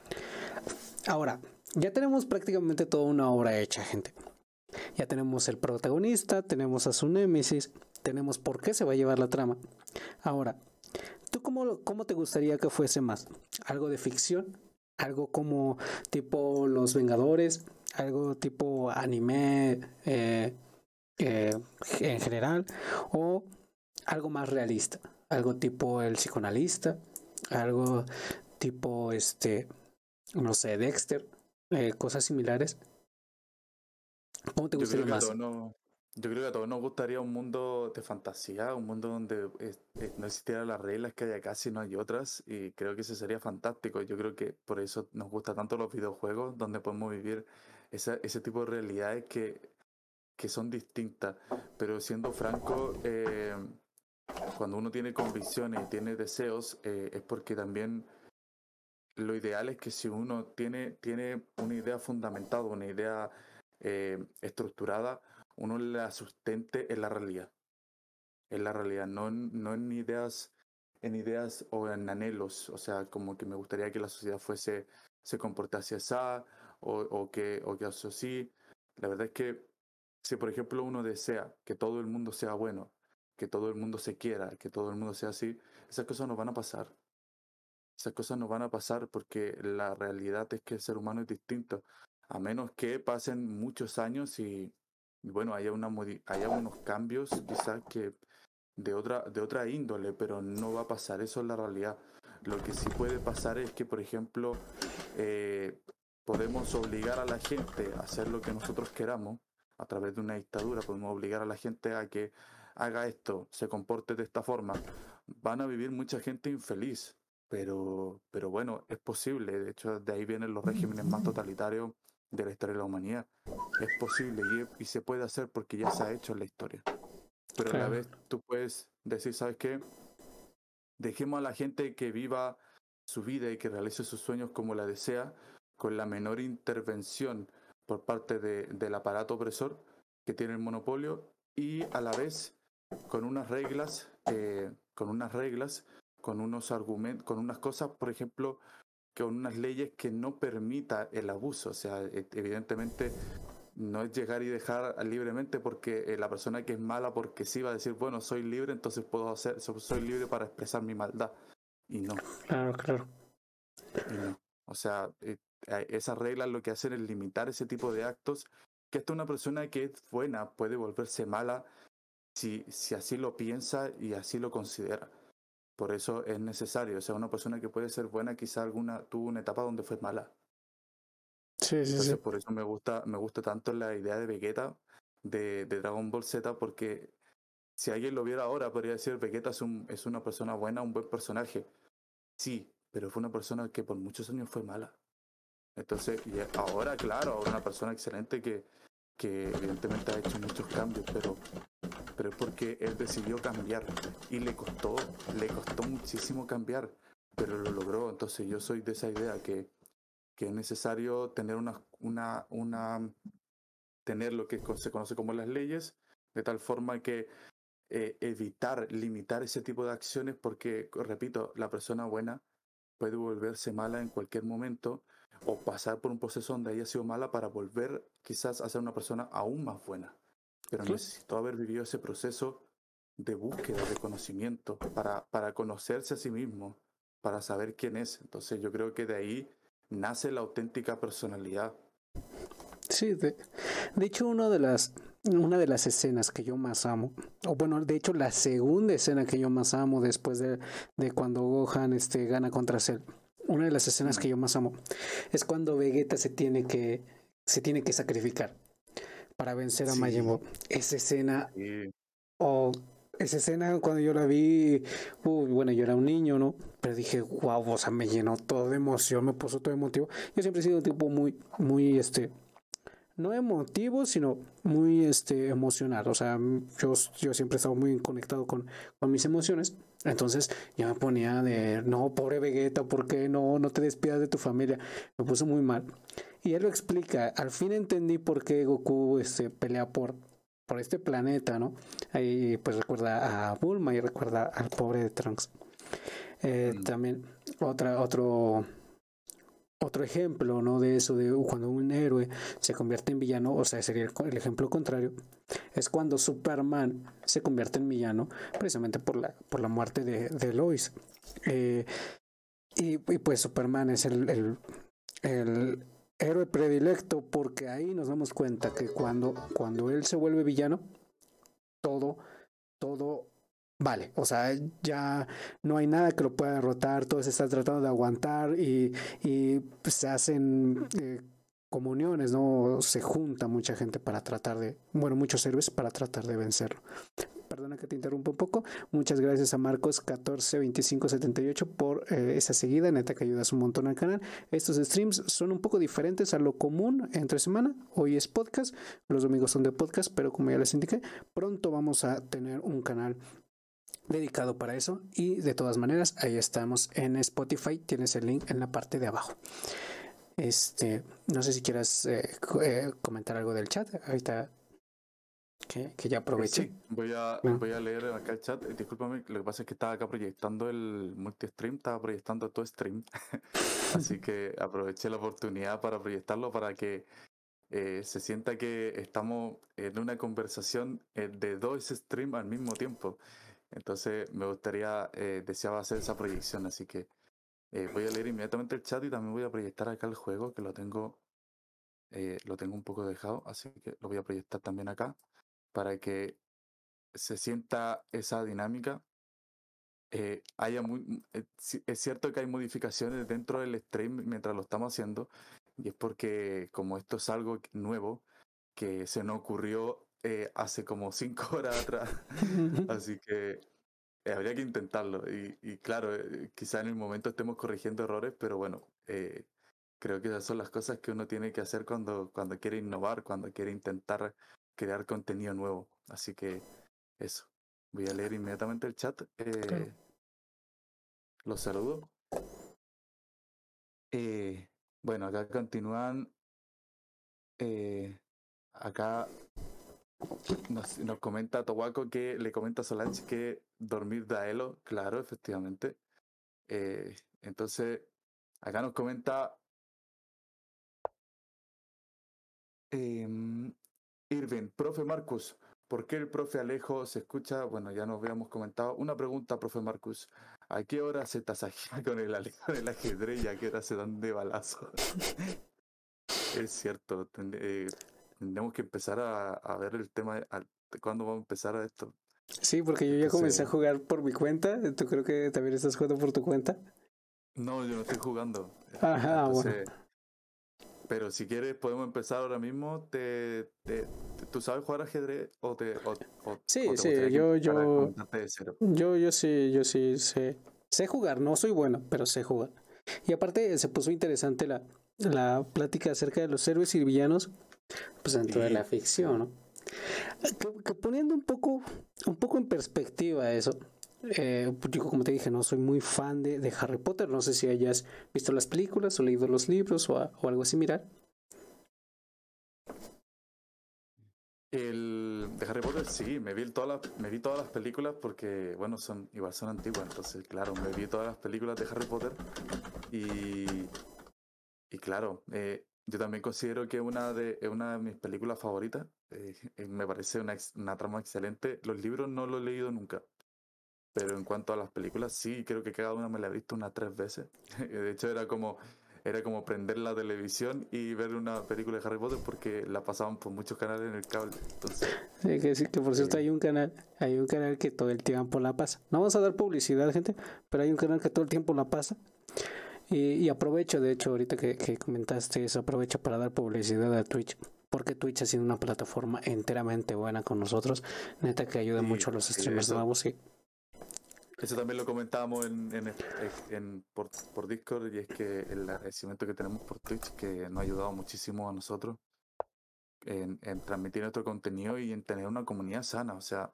Ahora, ya tenemos prácticamente toda una obra hecha, gente. Ya tenemos el protagonista, tenemos a su némesis, tenemos por qué se va a llevar la trama. Ahora, ¿tú cómo, cómo te gustaría que fuese más? ¿Algo de ficción? ¿Algo como tipo Los Vengadores? ¿Algo tipo anime eh, eh, en general? ¿O algo más realista? ¿Algo tipo El Psicoanalista? ¿Algo tipo, este, no sé, Dexter? Eh, cosas similares. ¿Cómo te Yo creo gustaría que a más? todos nos, yo creo que a todos nos gustaría un mundo de fantasía, un mundo donde eh, eh, no existieran las reglas que hay acá, sino hay otras, y creo que eso sería fantástico. Yo creo que por eso nos gustan tanto los videojuegos, donde podemos vivir esa, ese tipo de realidades que, que son distintas. Pero siendo franco, eh, cuando uno tiene convicciones y tiene deseos, eh, es porque también lo ideal es que si uno tiene, tiene una idea fundamentada, una idea eh, estructurada, uno la sustente en la realidad. En la realidad, no en, no en ideas, en ideas o en anhelos. O sea, como que me gustaría que la sociedad fuese, se comportase así, o, o que, o que eso sí. La verdad es que si por ejemplo uno desea que todo el mundo sea bueno, que todo el mundo se quiera, que todo el mundo sea así, esas cosas no van a pasar. Esas cosas no van a pasar porque la realidad es que el ser humano es distinto. A menos que pasen muchos años y, y bueno, haya, una modi- haya unos cambios quizás que de otra, de otra índole, pero no va a pasar. Eso es la realidad. Lo que sí puede pasar es que, por ejemplo, eh, podemos obligar a la gente a hacer lo que nosotros queramos a través de una dictadura. Podemos obligar a la gente a que haga esto, se comporte de esta forma. Van a vivir mucha gente infeliz, pero, pero bueno, es posible. De hecho, de ahí vienen los regímenes más totalitarios de la historia de la humanidad. Es posible y, y se puede hacer porque ya se ha hecho en la historia. Pero a la Claro, vez tú puedes decir, ¿sabes qué? Dejemos a la gente que viva su vida y que realice sus sueños como la desea, con la menor intervención por parte de, del aparato opresor que tiene el monopolio y a la vez con unas reglas, eh, con unas reglas, con unos argumentos, con unas cosas, por ejemplo, con unas leyes que no permita el abuso. O sea, e- evidentemente no es llegar y dejar libremente porque eh, la persona que es mala porque sí va a decir, bueno, soy libre, entonces puedo hacer, so- soy libre para expresar mi maldad. Y no, claro, claro. y no. O sea, eh, eh, esas reglas lo que hacen es limitar ese tipo de actos, que hasta una persona que es buena puede volverse mala si, si así lo piensa y así lo considera. Por eso es necesario. O sea, una persona que puede ser buena quizá alguna tuvo una etapa donde fue mala. Sí, sí, sí. Entonces, por eso me gusta, me gusta tanto la idea de Vegeta de, de Dragon Ball Z, porque si alguien lo viera ahora, podría decir, Vegeta es, un, es una persona buena, un buen personaje. Sí, pero fue una persona que por muchos años fue mala. Entonces, y ahora, claro, ahora una persona excelente que, que evidentemente ha hecho muchos cambios, pero, pero es porque él decidió cambiar y le costó, le costó muchísimo cambiar, pero lo logró. Entonces yo soy de esa idea que, que es necesario tener una, una, una tener lo que se conoce como las leyes, de tal forma que eh, evitar, limitar ese tipo de acciones, porque, repito, la persona buena puede volverse mala en cualquier momento o pasar por un proceso donde haya sido mala para volver quizás a ser una persona aún más buena. Pero Cl- necesitó haber vivido ese proceso de búsqueda, de conocimiento, para, para conocerse a sí mismo, para saber quién es. Entonces yo creo que de ahí nace la auténtica personalidad. Sí, de, de hecho, una de las una de las escenas que yo más amo, o bueno, de hecho la segunda escena que yo más amo después de, de cuando Gohan este, gana contra Cell, una de las escenas Mm, que yo más amo es cuando Vegeta se tiene que, se tiene que sacrificar para vencer a Majin sí, Buu. Esa escena, sí, o esa escena cuando yo la vi, uy, bueno, yo era un niño, ¿no? Pero dije, wow, o sea, me llenó todo de emoción, me puso todo emotivo. Yo siempre he sido un tipo muy, muy, este, no emotivo, sino muy este, emocional. O sea, yo, yo siempre he estado muy conectado con, con mis emociones. Entonces ya me ponía de, no, pobre Vegeta, ¿por qué no, no te despidas de tu familia? Me puso muy mal. Y él lo explica. Al fin entendí por qué Goku este, pelea por, por este planeta, ¿no? Ahí pues recuerda a Bulma y recuerda al pobre de Trunks. Eh, mm, también otra, otro otro ejemplo, ¿no? De eso, de cuando un héroe se convierte en villano, o sea, sería el, el ejemplo contrario, es cuando Superman se convierte en villano, precisamente por la, por la muerte de, de Lois. Eh, y, y, pues Superman es el, el, el héroe predilecto porque ahí nos damos cuenta que cuando, cuando él se vuelve villano, todo, todo vale. O sea, ya no hay nada que lo pueda derrotar, todo se está tratando de aguantar y, y pues, se hacen eh, comuniones, ¿no? Se junta mucha gente para tratar de, bueno, muchos héroes para tratar de vencerlo. Perdona que te interrumpa un poco. Muchas gracias a Marcos catorce veinticinco setenta y ocho por eh, esa seguida. Neta que ayudas un montón al canal. Estos streams son un poco diferentes a lo común entre semana. Hoy es podcast, los domingos son de podcast, pero como ya les indiqué, pronto vamos a tener un canal dedicado para eso y de todas maneras ahí estamos en Spotify, tienes el link en la parte de abajo. Este, no sé si quieras eh, eh, comentar algo del chat ahorita que, que ya Eh, aproveché. sí, voy a, No. voy a leer acá el chat. Eh, discúlpame, lo que pasa es que estaba acá proyectando el multi-stream, estaba proyectando tu stream. Así que aproveché la oportunidad para proyectarlo para que eh, se sienta que estamos en una conversación eh, de dos streams al mismo tiempo. Entonces me gustaría, eh, deseaba hacer esa proyección, así que eh, voy a leer inmediatamente el chat y también voy a proyectar acá el juego, que lo tengo, eh, lo tengo un poco dejado, así que lo voy a proyectar también acá para que se sienta esa dinámica. Eh, haya muy, eh, ci- es cierto que hay modificaciones dentro del stream mientras lo estamos haciendo, y es porque como esto es algo nuevo que se nos ocurrió eh, hace como cinco horas atrás, así que eh, habría que intentarlo. Y, y claro, eh, quizá en el momento estemos corrigiendo errores, pero bueno, eh, creo que esas son las cosas que uno tiene que hacer cuando, cuando quiere innovar, cuando quiere intentar crear contenido nuevo. Así que eso. Voy a leer inmediatamente el chat. Claro. Eh, los saludo. Eh, bueno, acá continúan. eh, acá nos, nos comenta Towako que le comenta a Solange que dormir da elo. Claro, efectivamente. Eh, entonces, acá nos comenta eh, Irving, profe Marcus, ¿por qué el profe Alejo se escucha? Bueno, ya nos habíamos comentado. Una pregunta, profe Marcus. ¿A qué hora se tasajea con el Alejo del ajedrez y a qué hora se dan de balazo? Es cierto, ten- eh, tendremos que empezar a, a ver el tema de, al- de cuándo vamos a empezar a esto. Sí, porque yo ya comencé a Entonces, jugar por mi cuenta. ¿Tú creo que también estás jugando por tu cuenta? no, yo no estoy jugando. Ajá, bueno. Entonces, pero si quieres podemos empezar ahora mismo. Te, te- te- ¿tú sabes jugar ajedrez o te, o, o- o Sí, te sí, gustaría que yo, empezara a yo, comentarte de cero? yo, yo sí, yo sí sé, sé jugar. No soy bueno, pero sé jugar. Y aparte se puso interesante la, la plática acerca de los héroes y villanos, pues dentro de la Sí, ficción, sí. ¿no? Que, que poniendo un poco, un poco en perspectiva eso. Eh, yo, como te dije, no soy muy fan de, de Harry Potter. No sé si hayas visto las películas o leído los libros o, a- o algo similar. El de Harry Potter, sí, me vi todas las, me vi todas las películas porque, bueno, son, igual son antiguas, entonces, claro, me vi todas las películas de Harry Potter y, y claro, eh, yo también considero que una de, es una de mis películas favoritas. Eh, eh, me parece una, ex- una trama excelente. Los libros no los he leído nunca, pero en cuanto a las películas, sí, creo que cada una me la he visto unas tres veces. De hecho, era como, era como prender la televisión y ver una película de Harry Potter porque la pasaban por muchos canales en el cable. Entonces, Sí, que, sí, que por cierto eh, hay un canal, hay un canal que todo el tiempo la pasa. No vamos a dar publicidad, gente, pero hay un canal que todo el tiempo la pasa. Y, y aprovecho, de hecho, ahorita que, que comentaste eso, aprovecho para dar publicidad a Twitch. Porque Twitch ha sido una plataforma enteramente buena con nosotros. Neta que ayuda sí, mucho a los sí, streamers eso, nuevos. Y eso también lo comentábamos en, en, en- por, por Discord, y es que el agradecimiento que tenemos por Twitch, que nos ha ayudado muchísimo a nosotros en, en transmitir nuestro contenido y en tener una comunidad sana. O sea,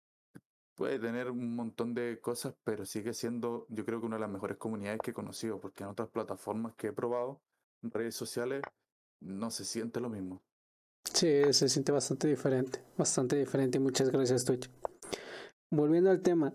puede tener un montón de cosas, pero sigue siendo, yo creo que una de las mejores comunidades que he conocido, porque en otras plataformas que he probado, en redes sociales, no se siente lo mismo. sí, se siente bastante diferente. Bastante diferente. Muchas gracias, Twitch. Volviendo al tema,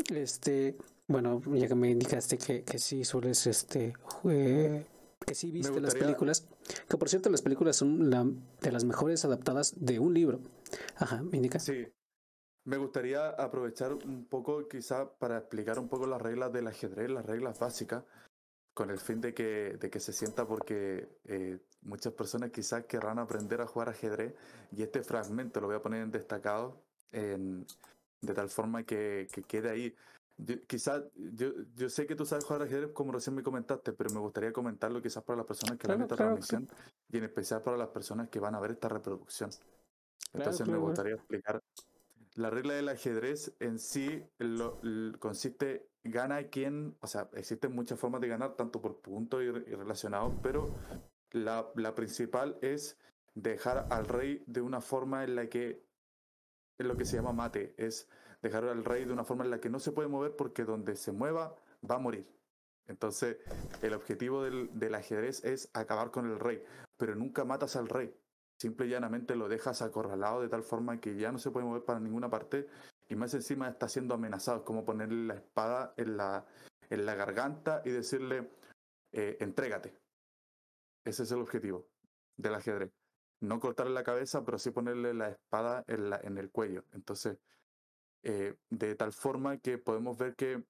este, bueno, ya que me indicaste que, que sí sueles, este, jue- que sí Me viste las gustaría, películas, que por cierto las películas son la, de las mejores adaptadas de un libro. Ajá, me indica. sí, me gustaría aprovechar un poco quizá para explicar un poco las reglas del ajedrez, las reglas básicas, con el fin de que, de que se sienta, porque eh, muchas personas quizás querrán aprender a jugar ajedrez, y este fragmento lo voy a poner en destacado, en, de tal forma que, que quede ahí. Yo- quizás yo, yo sé que tú sabes jugar ajedrez como recién me comentaste, pero me gustaría comentarlo quizás para las personas que ven Claro, esta claro, claro, transmisión, y en especial para las personas que van a ver esta reproducción. claro, Entonces me claro, claro. gustaría explicar la regla del ajedrez en sí. Lo, l- consiste, gana quien, o sea, existen muchas formas de ganar, tanto por puntos y, y relacionados, pero la, la principal es dejar al rey de una forma en la que, es lo que se llama mate, es dejar al rey de una forma en la que no se puede mover, porque donde se mueva va a morir. Entonces, el objetivo del, del ajedrez es acabar con el rey, pero nunca matas al rey. Simple y llanamente lo dejas acorralado de tal forma que ya no se puede mover para ninguna parte, y más encima está siendo amenazado. Es como ponerle la espada en la, en la garganta y decirle, eh, entrégate. Ese es el objetivo del ajedrez. No cortarle la cabeza, pero sí ponerle la espada en, la, en el cuello. Entonces, eh, de tal forma que podemos ver que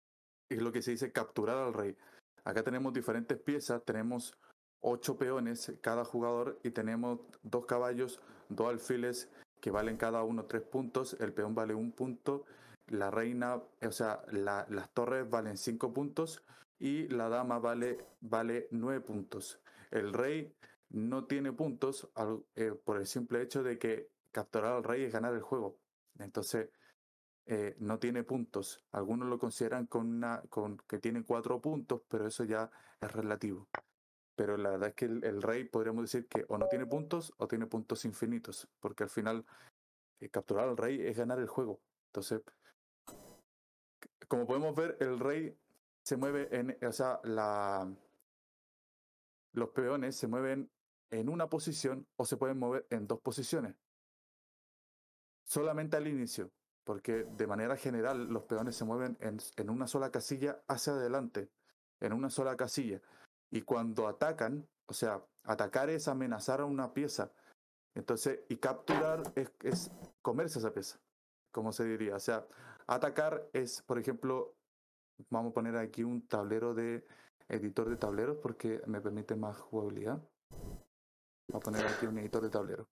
es lo que se dice capturar al rey. Acá tenemos diferentes piezas, tenemos ocho peones cada jugador, y tenemos dos caballos, dos alfiles que valen cada uno tres puntos, el peón vale un punto, la reina, o sea, la, las torres valen cinco puntos, y la dama vale, vale nueve puntos. El rey no tiene puntos al, eh, por el simple hecho de que capturar al rey es ganar el juego. Entonces, eh, no tiene puntos. Algunos lo consideran con una, con que tiene cuatro puntos, pero eso ya es relativo. Pero la verdad es que el, el rey, podríamos decir que o no tiene puntos o tiene puntos infinitos, porque al final, eh, capturar al rey es ganar el juego. Entonces, como podemos ver, el rey se mueve en, o sea, la, los peones se mueven en una posición o se pueden mover en dos posiciones, solamente al inicio, porque de manera general los peones se mueven en, en una sola casilla hacia adelante, en una sola casilla. Y cuando atacan, o sea, atacar es amenazar a una pieza. Entonces, y capturar es, es comerse esa pieza, como se diría. O sea, atacar es, por ejemplo, vamos a poner aquí un tablero de editor de tableros porque me permite más jugabilidad. Voy a poner aquí un editor de tableros.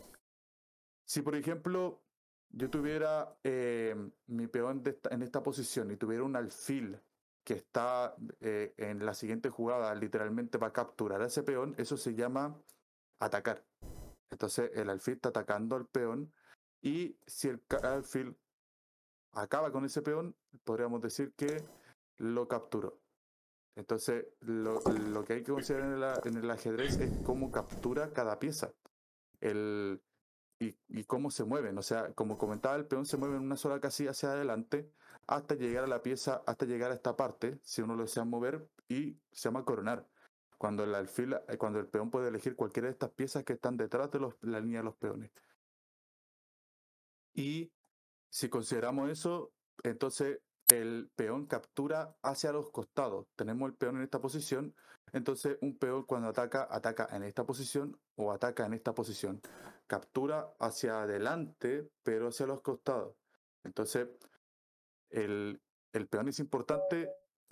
Si, por ejemplo, yo tuviera eh, mi peón de esta- en esta posición, y tuviera un alfil que está eh, en la siguiente jugada, literalmente va a capturar a ese peón, eso se llama atacar. Entonces, el alfil está atacando al peón, y si el ca- alfil acaba con ese peón, podríamos decir que lo capturó. Entonces, lo, lo que hay que considerar en, la- en el ajedrez es cómo captura cada pieza. El, y, y cómo se mueven. O sea, como comentaba, el peón se mueve en una sola casilla hacia adelante hasta llegar a la pieza, hasta llegar a esta parte, si uno lo desea mover, y se llama coronar. Cuando el alfil, eh, cuando el peón puede elegir cualquiera de estas piezas que están detrás de los, la línea de los peones. Y si consideramos eso, entonces el peón captura hacia los costados. Tenemos el peón en esta posición, entonces un peón cuando ataca, ataca en esta posición o ataca en esta posición. Captura hacia adelante, pero hacia los costados. Entonces, el, el peón es importante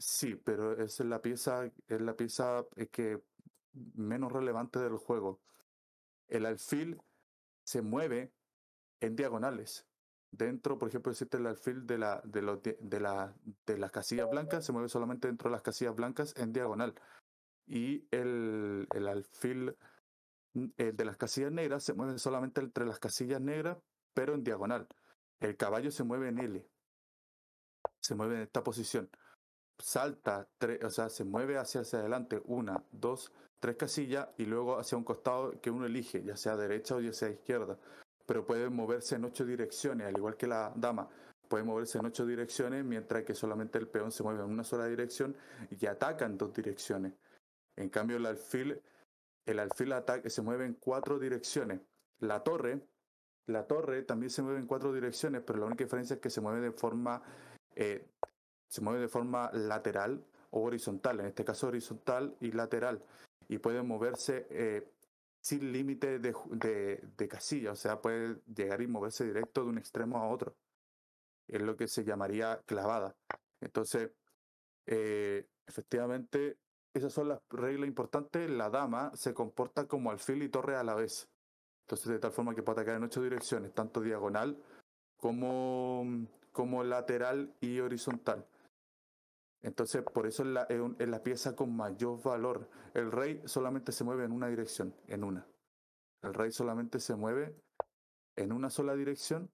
Sí, pero esa es la pieza, es la pieza eh, que menos relevante del juego. El alfil se mueve en diagonales. Dentro, por ejemplo, existe el alfil de, la, de, los di- de, la, de las casillas blancas, se mueve solamente dentro de las casillas blancas en diagonal. Y el, el alfil mm, eh, de las casillas negras se mueve solamente entre las casillas negras, pero en diagonal. El caballo se mueve en L, se mueve en esta posición. Salta, tre- o sea, se mueve hacia, hacia adelante una, dos, tres casillas y luego hacia un costado que uno elige, ya sea derecha o ya sea izquierda. Pero puede moverse en ocho direcciones, al igual que la dama. Puede moverse en ocho direcciones, mientras que solamente el peón se mueve en una sola dirección y ataca en dos direcciones. En cambio, el alfil, el alfil ataque se mueve en cuatro direcciones. La torre, la torre también se mueve en cuatro direcciones, pero la única diferencia es que se mueve de forma eh, se mueve de forma lateral o horizontal, en este caso horizontal y lateral, y puede moverse eh, sin límite de, de, de casilla, o sea, puede llegar y moverse directo de un extremo a otro, es lo que se llamaría clavada. Entonces, eh, efectivamente, esas son las reglas importantes. La dama se comporta como alfil y torre a la vez, entonces de tal forma que puede atacar en ocho direcciones, tanto diagonal como, como lateral y horizontal. Entonces, por eso es la, es un- es la pieza con mayor valor. El rey solamente se mueve en una dirección, en una. El rey solamente se mueve en una sola dirección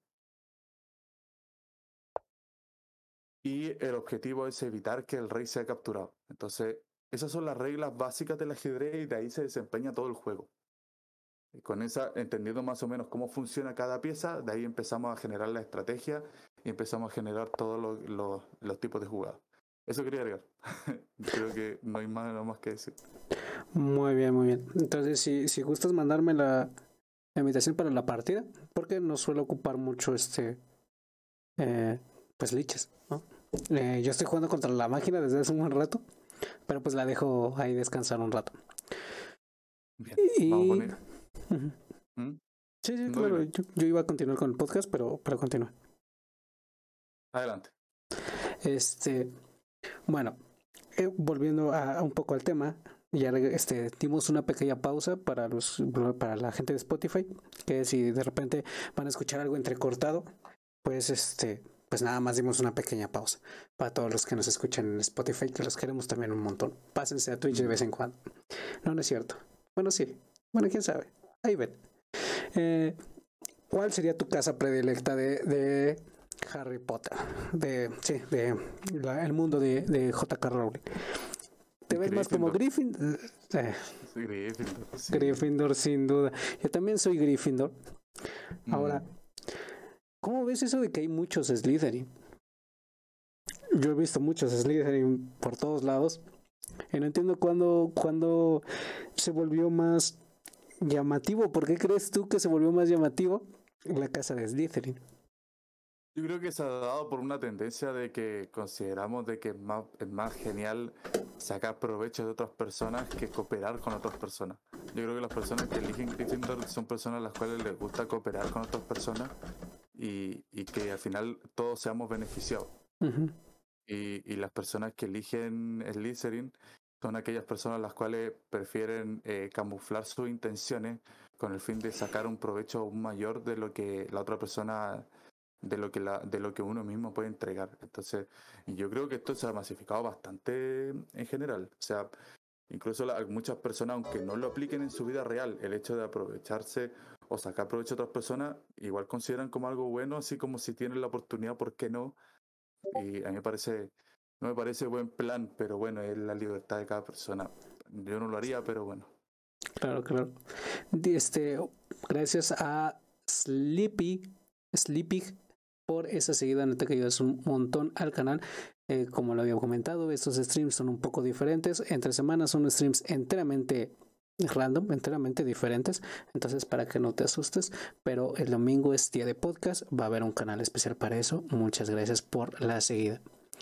y el objetivo es evitar que el rey sea capturado. Entonces, esas son las reglas básicas del ajedrez y de ahí se desempeña todo el juego. Y con esa, entendiendo más o menos cómo funciona cada pieza, de ahí empezamos a generar la estrategia y empezamos a generar todos los, los, los tipos de jugadas. Eso quería agregar. Creo que no hay más, nada más que decir. Muy bien, muy bien. Entonces, si, si gustas mandarme la, la invitación para la partida, porque no suelo ocupar mucho este, eh, pues liches, ¿no? Eh, yo estoy jugando contra la máquina desde hace un buen rato, pero pues la dejo ahí descansar un rato. Bien, vamos a Y... poner. Ujú. ¿Mm? Sí, sí, No, claro, dime. yo, yo iba a continuar con el podcast, pero, pero continúa. Adelante. Este, bueno, eh, volviendo a, a un poco al tema, ya este, dimos una pequeña pausa para los para la gente de Spotify, que si de repente van a escuchar algo entrecortado, pues este, pues nada más dimos una pequeña pausa para todos los que nos escuchan en Spotify, que los queremos también un montón. Pásense a Twitch de vez Ya. en cuando. No, no es cierto. Bueno, sí. Bueno, quién sabe. Ahí ven. Eh, ¿Cuál sería tu casa predilecta de, de Harry Potter? De, sí, de la, el mundo de, de J K. Rowling. ¿Te ves más como Gryffindor. Griffin? Eh, Sí, Gryffindor, sí. Gryffindor, sin duda. Yo también soy Gryffindor. Mm. Ahora, ¿cómo ves eso de que hay muchos Slytherin? Yo he visto muchos Slytherin por todos lados. Y no entiendo cuándo, cuándo se volvió más llamativo. ¿Por qué crees tú que se volvió más llamativo la casa de Slytherin? Yo creo que se ha dado por una tendencia de que consideramos de que es más, es más genial sacar provecho de otras personas que cooperar con otras personas. Yo creo que las personas que eligen Gryffindor son personas a las cuales les gusta cooperar con otras personas y, y que al final todos seamos beneficiados. Uh-huh. Y, y las personas que eligen Slytherin son aquellas personas las cuales prefieren eh, camuflar sus intenciones con el fin de sacar un provecho aún mayor de lo que la otra persona, de lo que la, de lo que uno mismo puede entregar. Entonces, yo creo que esto se ha masificado bastante en general. O sea, incluso la, muchas personas, aunque no lo apliquen en su vida real, el hecho de aprovecharse o sacar provecho de otras personas, igual consideran como algo bueno, así como si tienen la oportunidad, ¿por qué no? Y a mí me parece, no me parece buen plan, pero bueno, es la libertad de cada persona. Yo no lo haría, pero bueno. Claro, claro. Este, gracias a Sleepy, Sleepy por esa seguida, neta que ayudas un montón al canal. Eh, como lo había comentado, estos streams son un poco diferentes. Entre semanas son streams enteramente random, enteramente diferentes. Entonces, para que no te asustes, pero el domingo es día de podcast. Va a haber un canal especial para eso. Muchas gracias por la seguida.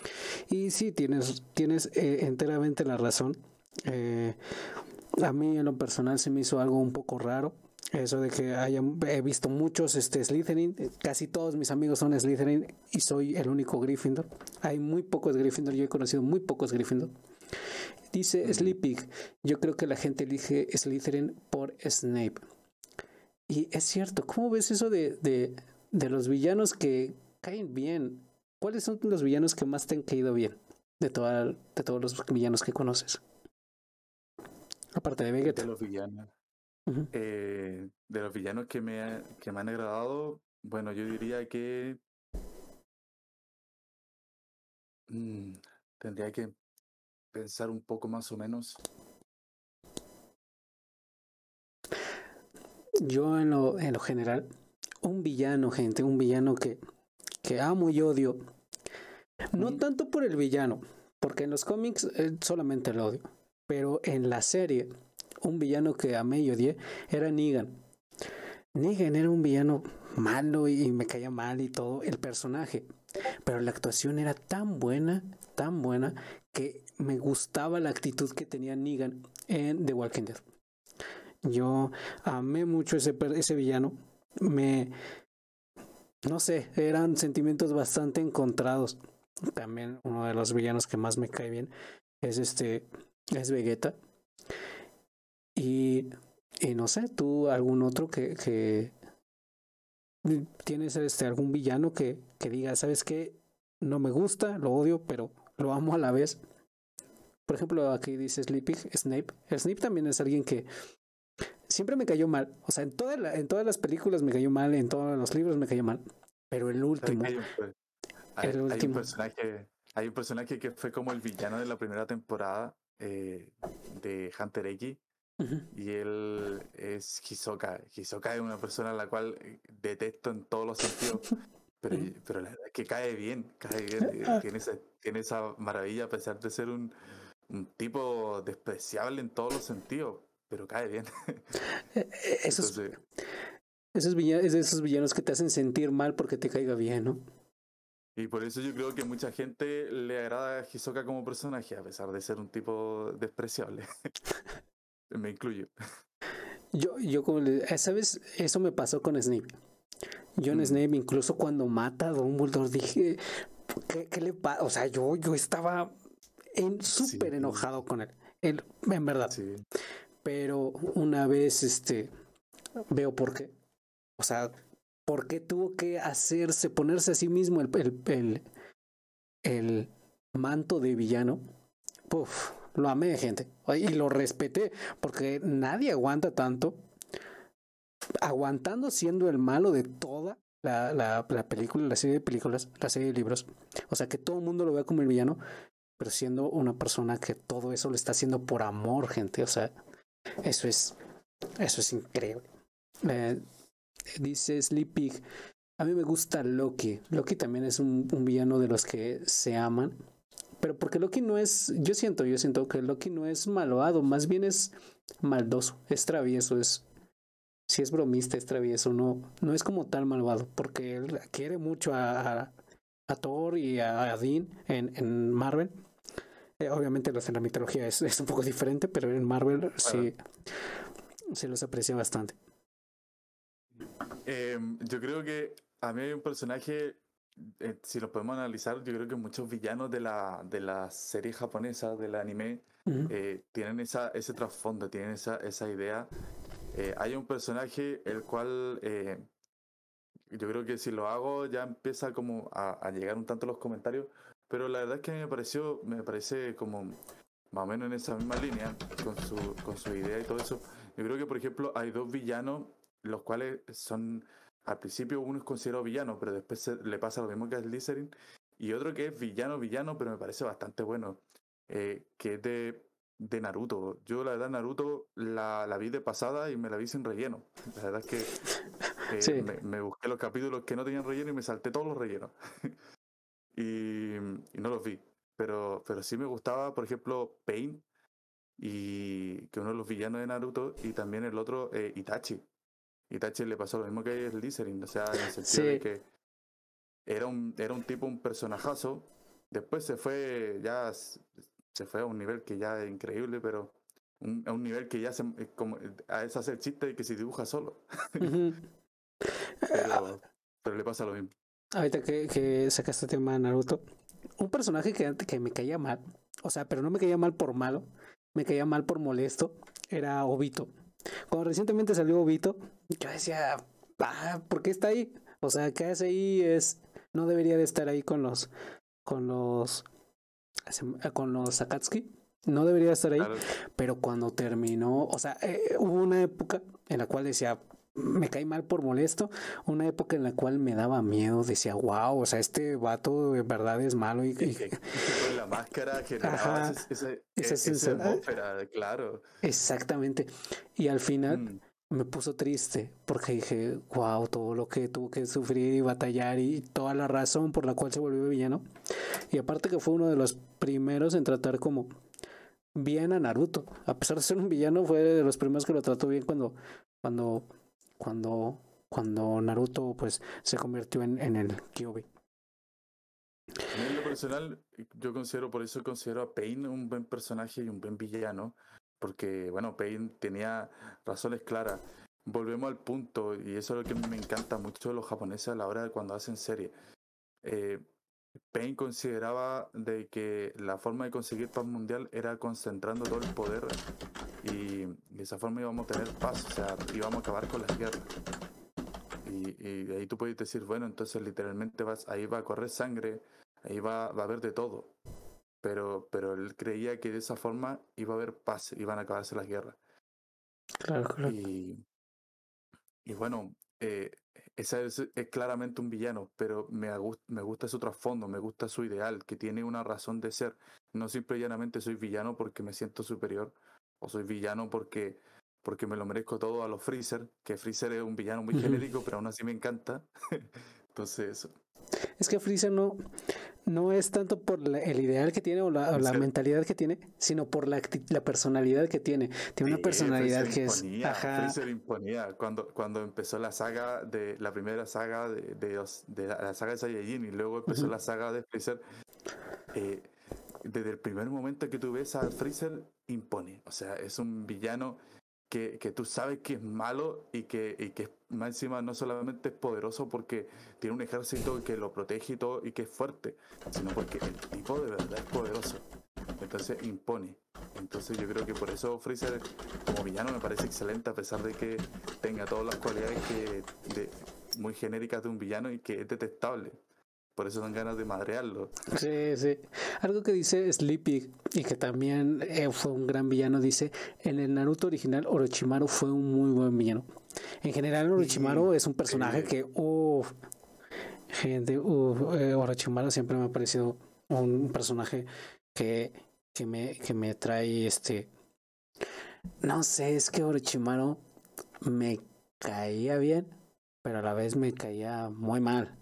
Y sí, tienes, tienes eh, enteramente la razón. Eh, a mí en lo personal se me hizo algo un poco raro Eso de que hayan, he visto muchos este, Slytherin, casi todos mis amigos son Slytherin y soy el único Gryffindor. Hay muy pocos Gryffindor, yo he conocido muy pocos Gryffindor. Dice Mm, Sleepy, yo creo que la gente elige Slytherin por Snape. Y es cierto, ¿cómo ves eso de, de, de los villanos que caen bien? ¿Cuáles son los villanos que más te han caído bien de, toda, de todos los villanos que conoces? Aparte de de Vegeta. los villanos. Ujú. Eh, de los villanos que me, ha- que me han agradado, bueno, yo diría que mm, tendría que pensar un poco más o menos. Yo en lo, en lo general, un villano, gente, un villano que, que amo y odio. No Ujú. tanto por el villano, porque en los cómics eh, solamente el odio. Pero en la serie, un villano que amé y odié era Negan. Negan era un villano malo y me caía mal y todo el personaje. Pero la actuación era tan buena, tan buena, que me gustaba la actitud que tenía Negan en The Walking Dead. Yo amé mucho ese, ese villano. Me, no sé, eran sentimientos bastante encontrados. También uno de los villanos que más me cae bien es este, es Vegeta. Y, y no sé, tú algún otro que, que tienes este, algún villano que, que diga, ¿sabes qué? No me gusta, lo odio, pero lo amo a la vez. Por ejemplo, aquí dice Sleepy, Snape. Snape también es alguien que siempre me cayó mal. O sea, en, toda la, en todas las películas me cayó mal, en todos los libros me cayó mal. Pero el ¿Sabes que último, hay un, per- hay, el hay un último. personaje, hay un personaje que fue como el villano de la primera temporada eh, de Hunter X Uh-huh. y él es Hisoka. Hisoka es una persona a la cual eh, detesto en todos los sentidos, pero, Uh-huh. pero la verdad es que cae bien, cae bien, eh, tiene esa, tiene esa maravilla a pesar de ser un, un tipo despreciable en todos los sentidos, pero cae bien. Esos, Entonces, esos, villanos, esos villanos que te hacen sentir mal porque te caiga bien, ¿no? y por eso yo creo que mucha gente le agrada a Hisoka como personaje, a pesar de ser un tipo despreciable. Me incluyo. Yo, yo como le, ¿sabes? Eso me pasó con Snape. Yo en Mm, Snape, incluso cuando mata a Dumbledore, dije, ¿qué, qué le pasa? O sea, yo, yo estaba en, sí, súper enojado con él, él, en verdad. sí. Pero una vez este, veo por qué. O sea, ¿por qué tuvo que hacerse, ponerse a sí mismo el, el, el, el manto de villano? Uf, lo amé, gente. Y lo respeté, porque nadie aguanta tanto, aguantando siendo el malo de toda la, la, la película, la serie de películas, la serie de libros. O sea, que todo el mundo lo vea como el villano, pero siendo una persona que todo eso lo está haciendo por amor, gente. O sea, eso es, eso es increíble. Eh, dice Sleepy, a mí me gusta Loki. Loki también es un, un villano de los que se aman. Pero porque Loki no es, yo siento, yo siento que Loki no es malvado, más bien es maldoso, es travieso, es, si es bromista, es travieso, no, no es como tal malvado, porque él quiere mucho a, a, a Thor y a, a Dean en, en Marvel. Eh, obviamente los de la mitología es, es, un poco diferente, pero en Marvel Claro. sí, sí los aprecia bastante. Eh, yo creo que a mí hay un personaje, eh, si lo podemos analizar, yo creo que muchos villanos de la, de la serie japonesa, del anime, Uh -huh. eh, tienen esa, ese trasfondo, tienen esa, esa idea. Eh, hay un personaje el cual eh, yo creo que si lo hago ya empieza como a, a llegar un tanto los comentarios, pero la verdad es que me pareció, me parece como más o menos en esa misma línea con su, con su idea y todo eso. Yo creo que, por ejemplo, hay dos villanos, los cuales son, al principio uno es considerado villano, pero después se, le pasa lo mismo que a Slytherin, y otro que es villano, villano, pero me parece bastante bueno, eh, que es de, de Naruto. Yo la verdad Naruto la, la vi de pasada y me la vi sin relleno. La verdad es que eh, Sí, me, me busqué los capítulos que no tenían relleno y me salté todos los rellenos. y, y no los vi. Pero, pero sí me gustaba, por ejemplo, Pain, y que uno de los villanos de Naruto, y también el otro, eh, Itachi. Itachi le pasó lo mismo que a Slytherin, o sea, en el sentido de sí, que era un, era un tipo, un personajazo. Después se fue, ya se fue a un nivel que ya es increíble, pero un, a un nivel que ya se, eh, como, eh, a eso hace el chiste de que se dibuja solo. Ujú. pero, pero le pasa lo mismo. Ahorita que, que sacaste tema de Naruto, un personaje que, antes- que me caía mal, o sea, pero no me caía mal por malo, me caía mal por molesto, era Obito. Cuando recientemente salió Obito, yo decía, ah, ¿por qué está ahí? O sea, ¿qué hace ahí? Es, no debería de estar ahí con los, con los, con los Akatsuki. No debería estar ahí, Claro, pero cuando terminó, o sea, eh, hubo una época en la cual decía, me caí mal por molesto, una época en la cual me daba miedo, decía, wow, o sea, este vato de verdad es malo y, es y que, es que con la máscara generaba ajá, ese, ese, esa e- esa sensación, atmósfera, claro. exactamente. Y al final Mm. me puso triste porque dije, wow, todo lo que tuvo que sufrir y batallar y toda la razón por la cual se volvió villano. Y aparte que fue uno de los primeros en tratar como bien a Naruto. A pesar de ser un villano, fue de los primeros que lo trató bien cuando, cuando, cuando, cuando Naruto pues se convirtió en, en el Kyuubi. A mí en lo personal, yo considero, por eso considero a Pain un buen personaje y un buen villano, porque, bueno, Pain tenía razones claras. Volvemos al punto, y eso es lo que a mí me encanta mucho de los japoneses a la hora de cuando hacen serie. Eh, Pain consideraba de que la forma de conseguir paz mundial era concentrando todo el poder y de esa forma íbamos a tener paz, o sea, íbamos a acabar con las guerras. Y, y de ahí tú puedes decir, bueno, entonces literalmente vas, ahí va a correr sangre, ahí va, va a haber de todo. Pero, pero él creía que de esa forma iba a haber paz, iban a acabarse las guerras. Claro, claro. Y, y bueno, eh, ese es, es claramente un villano, pero me, agust- me gusta su trasfondo, me gusta su ideal, que tiene una razón de ser. No simple y llanamente soy villano porque me siento superior, o soy villano porque, porque me lo merezco todo a los Freezer, que Freezer es un villano muy Ujú. genérico, pero aún así me encanta. Entonces, eso. Es que Freezer no, no es tanto por la- el ideal que tiene o la, o la Freezer, mentalidad que tiene, sino por la, acti- la personalidad que tiene. Tiene una sí, personalidad Freezer que es, imponía, ajá, Freezer imponía. Cuando, cuando empezó la saga de la primera saga de, de, los- de la, la saga de Saiyajin y luego empezó ujú, la saga de Freezer, eh, desde el primer momento que tú ves a Freezer, impone. O sea, es un villano que, que tú sabes que es malo y que, y que más encima no solamente es poderoso porque tiene un ejército que lo protege y todo y que es fuerte, sino porque el tipo de verdad es poderoso. Entonces impone. Entonces yo creo que por eso Freezer como villano me parece excelente a pesar de que tenga todas las cualidades que de, muy genéricas de un villano y que es detestable. Por eso dan ganas de madrearlo. sí, sí. Algo que dice Sleepy y que también eh, fue un gran villano, dice, en el Naruto original Orochimaru fue un muy buen villano. En general Sí, Orochimaru es un personaje sí. que, uff, gente, uf, eh, Orochimaru siempre me ha parecido un personaje que, que me, que me trae este, no sé, es que Orochimaru me caía bien, pero a la vez me caía muy mal.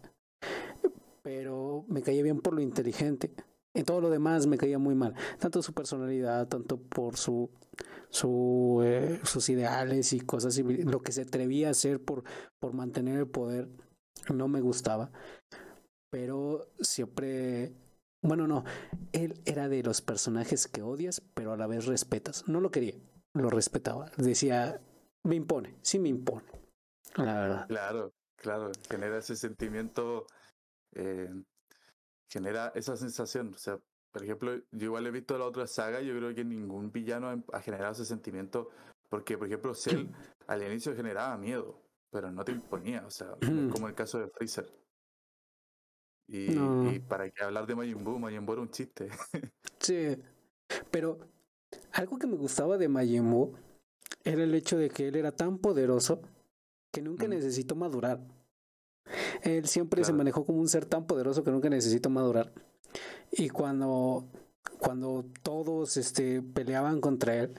Pero me caía bien por lo inteligente. En todo lo demás me caía muy mal. Tanto su personalidad, tanto por su, su eh, sus ideales y cosas, y lo que se atrevía a hacer por, por mantener el poder, no me gustaba. Pero siempre, bueno, no, él era de los personajes que odias, pero a la vez respetas. No lo quería, lo respetaba. Decía, me impone, sí me impone, la verdad. Claro, claro, genera ese sentimiento, eh, genera esa sensación. O sea, por ejemplo, yo igual he visto la otra saga, yo creo que ningún villano ha ha generado ese sentimiento, porque, por ejemplo, Cell al inicio generaba miedo, pero no te imponía, o sea, no es como el caso de Freezer. Y, No, y para qué hablar de Majin Buu, Majin Buu era un chiste. sí, pero algo que me gustaba de Majin Buu era el hecho de que él era tan poderoso que nunca Mm, necesitó madurar. Él siempre se claro, manejó como un ser tan poderoso que nunca necesitó madurar. Y cuando, cuando todos este, peleaban contra él,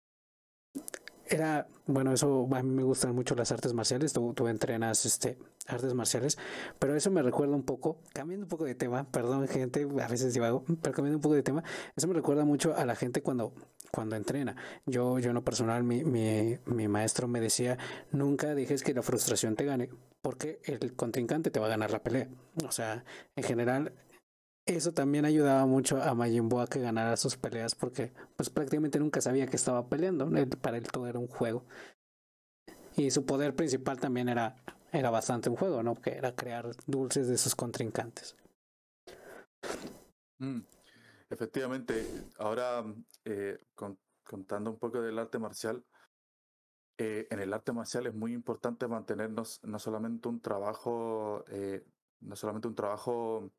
era, bueno, eso a mí me gustan mucho las artes marciales, tú, tú entrenas este, artes marciales, pero eso me recuerda un poco, cambiando un poco de tema, perdón gente, a veces divago, pero cambiando un poco de tema, eso me recuerda mucho a la gente cuando, cuando entrena. Yo, yo en lo personal, mi, mi, mi maestro me decía, nunca dejes que la frustración te gane, porque el contrincante te va a ganar la pelea. O sea, en general, eso también ayudaba mucho a Majin Buu a que ganara sus peleas porque pues prácticamente nunca sabía que estaba peleando, ¿no? Para él todo era un juego. Y su poder principal también era, era bastante un juego, ¿no? Que era crear dulces de sus contrincantes. Mm, efectivamente, ahora eh, con, contando un poco del arte marcial, eh, en el arte marcial es muy importante mantenernos no solamente un trabajo, eh, no solamente un trabajo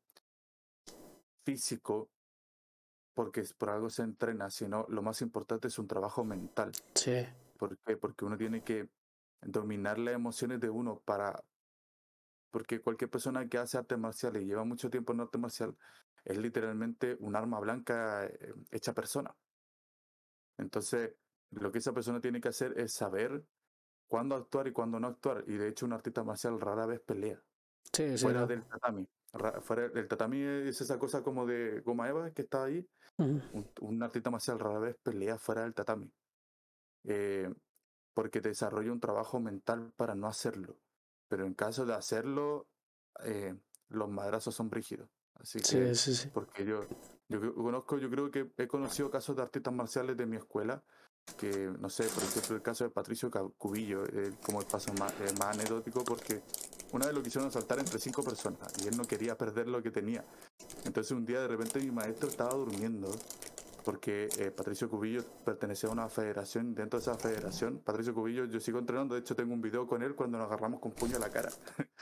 físico, porque es- por algo se entrena, sino lo más importante es un trabajo mental. Sí, ¿Por qué? Porque uno tiene que dominar las emociones de uno para, porque cualquier persona que hace artes marciales y lleva mucho tiempo en arte marcial es literalmente un arma blanca eh, hecha persona. Entonces, lo que esa persona tiene que hacer es saber cuándo actuar y cuándo no actuar. Y de hecho, un artista marcial rara vez pelea sí, sí. fuera Lo... del tatami. Ra- fuera del tatami es esa cosa como de goma eva que está ahí. Uh-huh. Un, un artista marcial rara vez pelea fuera del tatami. Eh, porque te desarrolla un trabajo mental para no hacerlo. Pero en caso de hacerlo, eh, los madrazos son brígidos. Así que, Sí, sí, sí. porque yo, yo cre- conozco, yo creo que he conocido casos de artistas marciales de mi escuela, que, no sé, por ejemplo, el caso de Patricio Ca- Cubillo, eh, como el paso más, eh, más anecdótico, porque una vez lo quisieron asaltar entre cinco personas y él no quería perder lo que tenía. Entonces un día de repente mi maestro estaba durmiendo porque eh, Patricio Cubillo pertenecía a una federación. Dentro de esa federación, Patricio Cubillo, yo sigo entrenando, de hecho tengo un video con él cuando nos agarramos con puño a la cara.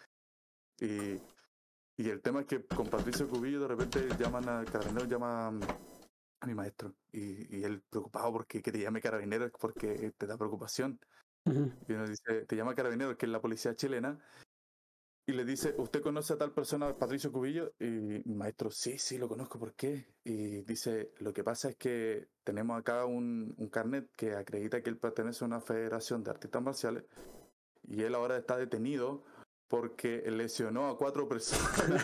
y, y el tema es que con Patricio Cubillo de repente llaman a Carabineros, llaman a mi maestro, y, y él preocupado porque que te llame Carabineros porque te da preocupación. Uh-huh. Y uno dice, te llama Carabineros, que es la policía chilena, y le dice, ¿usted conoce a tal persona, Patricio Cubillo? Y mi maestro, sí, sí, lo conozco, ¿por qué? Y dice, lo que pasa es que tenemos acá un, un carnet que acredita que él pertenece a una federación de artistas marciales y él ahora está detenido porque lesionó a cuatro personas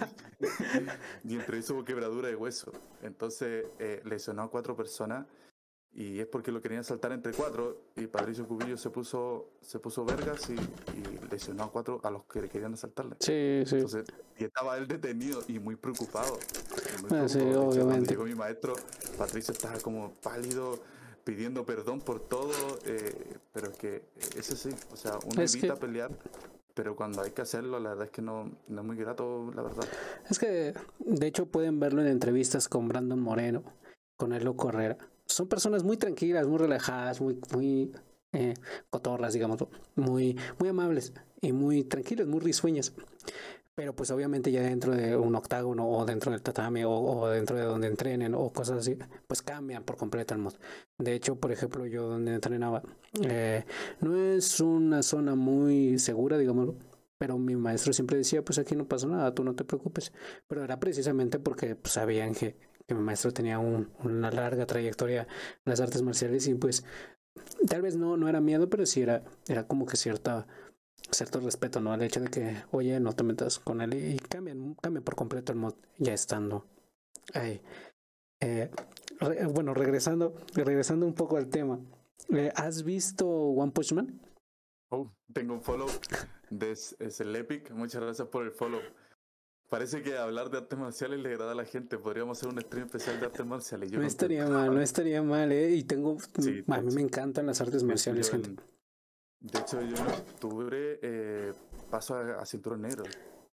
y entre eso hubo quebradura de hueso. Entonces eh, lesionó a cuatro personas y es porque lo querían saltar entre cuatro y Patricio Cubillo se puso se puso vergas y, y lesionó a cuatro a los que le querían asaltarle. Sí, sí. Entonces, y estaba él detenido y muy preocupado, y muy Bueno, sí, preocupado. De hecho, cuando obviamente. llegó mi maestro, Patricio estaba como pálido, pidiendo perdón por todo, eh, pero es que eso sí, o sea, uno Es que, evita pelear, pero cuando hay que hacerlo, la verdad es que no, no es muy grato, la verdad. es que, de hecho, pueden verlo en entrevistas con Brandon Moreno, con Elo Correra. Son personas muy tranquilas, muy relajadas, muy, muy eh, cotorras, digamos, muy, muy amables y muy tranquilas, muy risueñas. Pero pues obviamente ya dentro de un octágono o dentro del tatami o, o dentro de donde entrenen o cosas así, pues cambian por completo el mood. De hecho, por ejemplo, yo donde entrenaba, eh, no es una zona muy segura, digamos, pero mi maestro siempre decía, pues aquí no pasa nada, tú no te preocupes. Pero era precisamente porque pues, sabían que, que mi maestro tenía un, una larga trayectoria en las artes marciales y pues tal vez no, no era miedo, pero sí era, era como que cierta cierto respeto, ¿no? Al hecho de que, oye, no te metas con él y cambian, cambian por completo el mod ya estando ahí. Eh, re, bueno, regresando, regresando un poco al tema. Eh, ¿Has visto One Punch Man? Oh, tengo un follow de Celepic, muchas gracias por el follow. Parece que hablar de artes marciales le agrada a la gente. Podríamos hacer un stream especial de artes marciales. Yo No contento. estaría mal, no estaría mal, ¿eh? Y tengo, Sí, a de mí hecho, me encantan las artes de hecho marciales, yo gente. en, de hecho, yo en octubre eh, paso a, a cinturón negro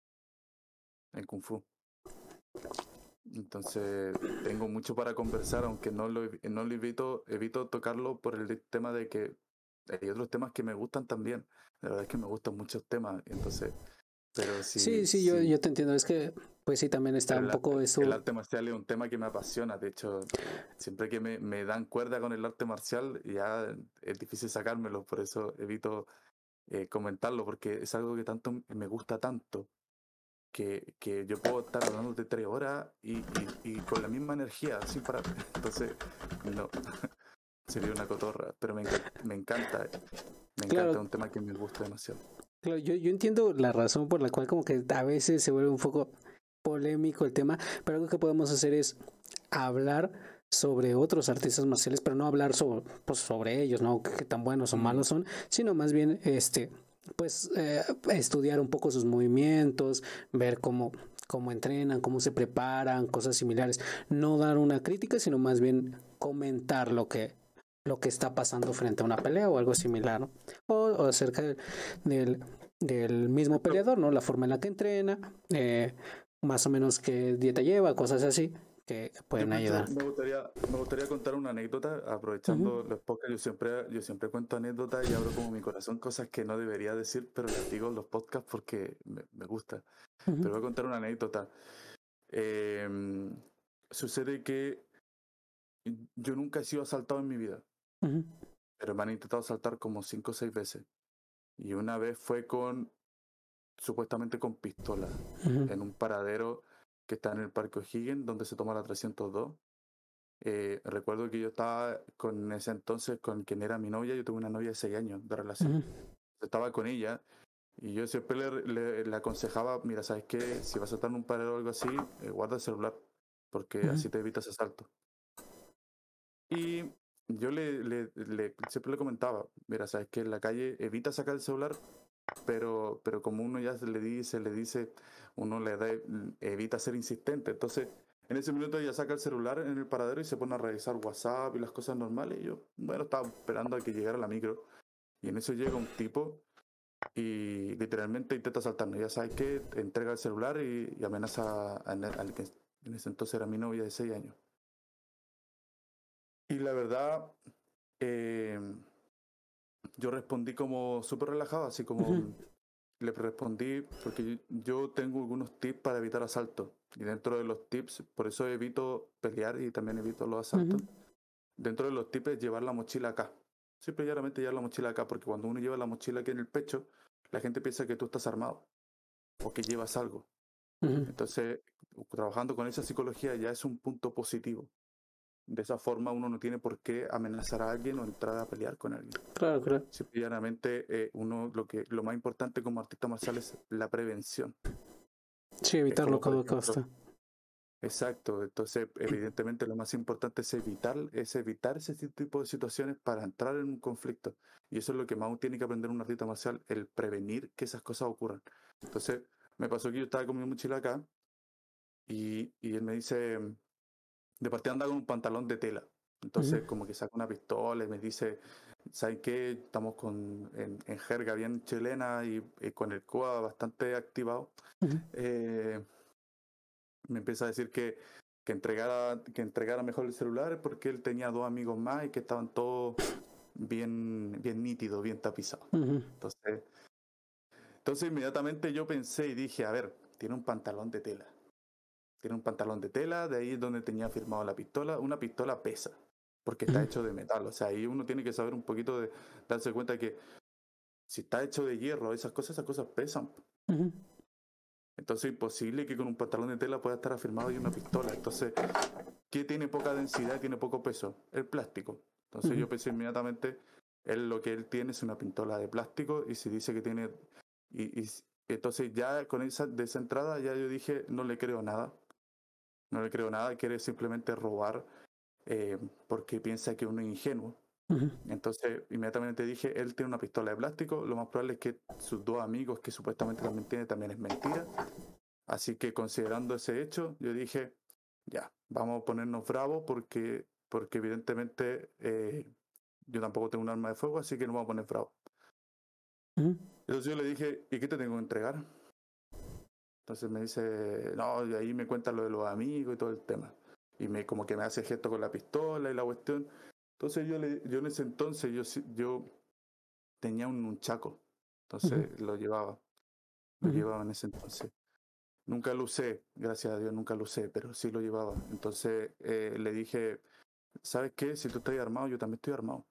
en Kung Fu. Entonces, tengo mucho para conversar, aunque no lo, ev- no lo evito, evito tocarlo por el tema de que hay otros temas que me gustan también. La verdad es que me gustan muchos temas. Entonces, pero Sí, sí, sí, yo, sí. yo te entiendo, es que, pues sí, también está Pero un el, a- poco el eso. arte marcial es un tema que me apasiona. De hecho, eh, siempre que me, me dan cuerda con el arte marcial, ya es difícil sacármelo. Por eso evito eh, comentarlo, porque es algo que tanto me gusta tanto que, que yo puedo estar hablando de tres horas y, y, y con la misma energía, sin parar. Entonces, no, sería una cotorra, pero me encanta, me encanta, me encanta, Claro, es un tema que me gusta demasiado. claro, yo, yo entiendo la razón por la cual como que a veces se vuelve un poco polémico el tema, pero algo que podemos hacer es hablar sobre otros artistas marciales, pero no hablar sobre, pues, sobre ellos, ¿no? Qué tan buenos o Mm, malos son, sino más bien este, pues eh, estudiar un poco sus movimientos, ver cómo, cómo entrenan, cómo se preparan, cosas similares. No dar una crítica, sino más bien comentar lo que, lo que está pasando frente a una pelea o algo similar, ¿no? O, o acerca del, del, del mismo peleador, ¿no? La forma en la que entrena, eh, más o menos qué dieta lleva, cosas así que Yo pueden pienso, ayudar. me gustaría, me gustaría contar una anécdota, Ujú, aprovechando los podcasts, yo siempre, yo siempre cuento anécdotas y abro como mi corazón cosas que no debería decir, pero las digo en los podcasts porque me, me gusta. ujú, Pero voy a contar una anécdota. Eh, Sucede que yo nunca he sido asaltado en mi vida, ujú, pero me han intentado asaltar como cinco o seis veces. Y una vez fue con, supuestamente con pistola, ujú, en un paradero que está en el Parque O'Higgins, donde se toma la trescientos dos. Eh, recuerdo que yo estaba con ese entonces, con quien era mi novia, yo tuve una novia de seis años de relación. ujú, Estaba con ella y yo siempre le, le- le aconsejaba, mira, ¿sabes qué? Si vas a estar en un paradero o algo así, eh, guarda el celular, porque ujú, así te evitas asalto. Y yo le, le- le- siempre le comentaba, mira, ¿sabes qué? En la calle evita sacar el celular, pero, pero como uno ya se le dice, le dice, uno le da, evita ser insistente. Entonces, en ese minuto ella saca el celular en el paradero y se pone a revisar WhatsApp y las cosas normales. Y yo, bueno, estaba esperando a que llegara la micro. Y en eso llega un tipo y literalmente intenta asaltarnos. Ya sabes que entrega el celular y, y amenaza a- al que en ese entonces era mi novia de seis años. Y la verdad, eh, yo respondí como súper relajado, así ujú, como le respondí porque yo tengo algunos tips para evitar asaltos. Y dentro de los tips, por eso evito pelear y también evito los ujú, asaltos. Dentro de los tips es llevar la mochila acá. Simple y llanamente llevar la mochila acá, porque cuando uno lleva la mochila aquí en el pecho, la gente piensa que tú estás armado o que llevas algo. ujú. Entonces, trabajando con esa psicología ya es un punto positivo. De esa forma uno no tiene por qué amenazar a alguien o entrar a pelear con alguien. Claro, claro. Simple y llanamente, eh, uno lo que lo más importante como artista marcial es la prevención. Sí, Es evitarlo a como, por toda ejemplo, costa. exacto. Entonces, evidentemente, lo más importante es evitar, es evitar ese tipo de situaciones para entrar en un conflicto. Y eso es lo que más tiene que aprender un artista marcial, el prevenir que esas cosas ocurran. Entonces, me pasó que yo estaba con mi mochila acá y, y él me dice, de partida anda con un pantalón de tela. Ujú, Entonces, como que saca una pistola y me dice, ¿sabes qué? Estamos con, en, en jerga bien chilena y, y con el C O A bastante activado. ujú, Eh, Me empieza a decir que, que entregara, que entregara mejor el celular porque él tenía dos amigos más y que estaban todos bien, bien nítidos, bien tapizados. ujú, Entonces, entonces inmediatamente yo pensé y dije, a ver, tiene un pantalón de tela. Tiene un pantalón de tela, de ahí es donde tenía firmado la pistola. Una pistola pesa, porque está ujú, hecho de metal. O sea, ahí uno tiene que saber un poquito de darse cuenta que si está hecho de hierro, esas cosas, esas cosas pesan. ujú, Entonces es imposible que con un pantalón de tela pueda estar afirmado y una pistola. Entonces, ¿qué tiene poca densidad, tiene poco peso? El plástico. Entonces ujú, yo pensé inmediatamente, él lo que él tiene es una pistola de plástico y si dice que tiene... Y, y entonces ya con esa, de esa entrada ya yo dije, no le creo nada. No le creo nada, quiere simplemente robar eh, porque piensa que uno es ingenuo. ujú, Entonces, inmediatamente dije, él tiene una pistola de plástico, lo más probable es que sus dos amigos, que supuestamente también tiene, también es mentira. Así que considerando ese hecho, yo dije, ya, vamos a ponernos bravos porque, porque evidentemente eh, yo tampoco tengo un arma de fuego, así que nos vamos a poner bravos. ujú, Entonces yo le dije, ¿y qué te tengo que entregar? Entonces me dice, no, y ahí me cuenta lo de los amigos y todo el tema. Y me como que me hace gesto con la pistola y la cuestión. Entonces yo, le, yo en ese entonces yo, sí- yo tenía un, un chaco, ujú, entonces lo llevaba, lo ujú, llevaba en ese entonces. Nunca lo usé, gracias a Dios nunca lo usé, pero sí lo llevaba. Entonces eh, le dije, ¿sabes qué? Si tú estás armado, yo también estoy armado.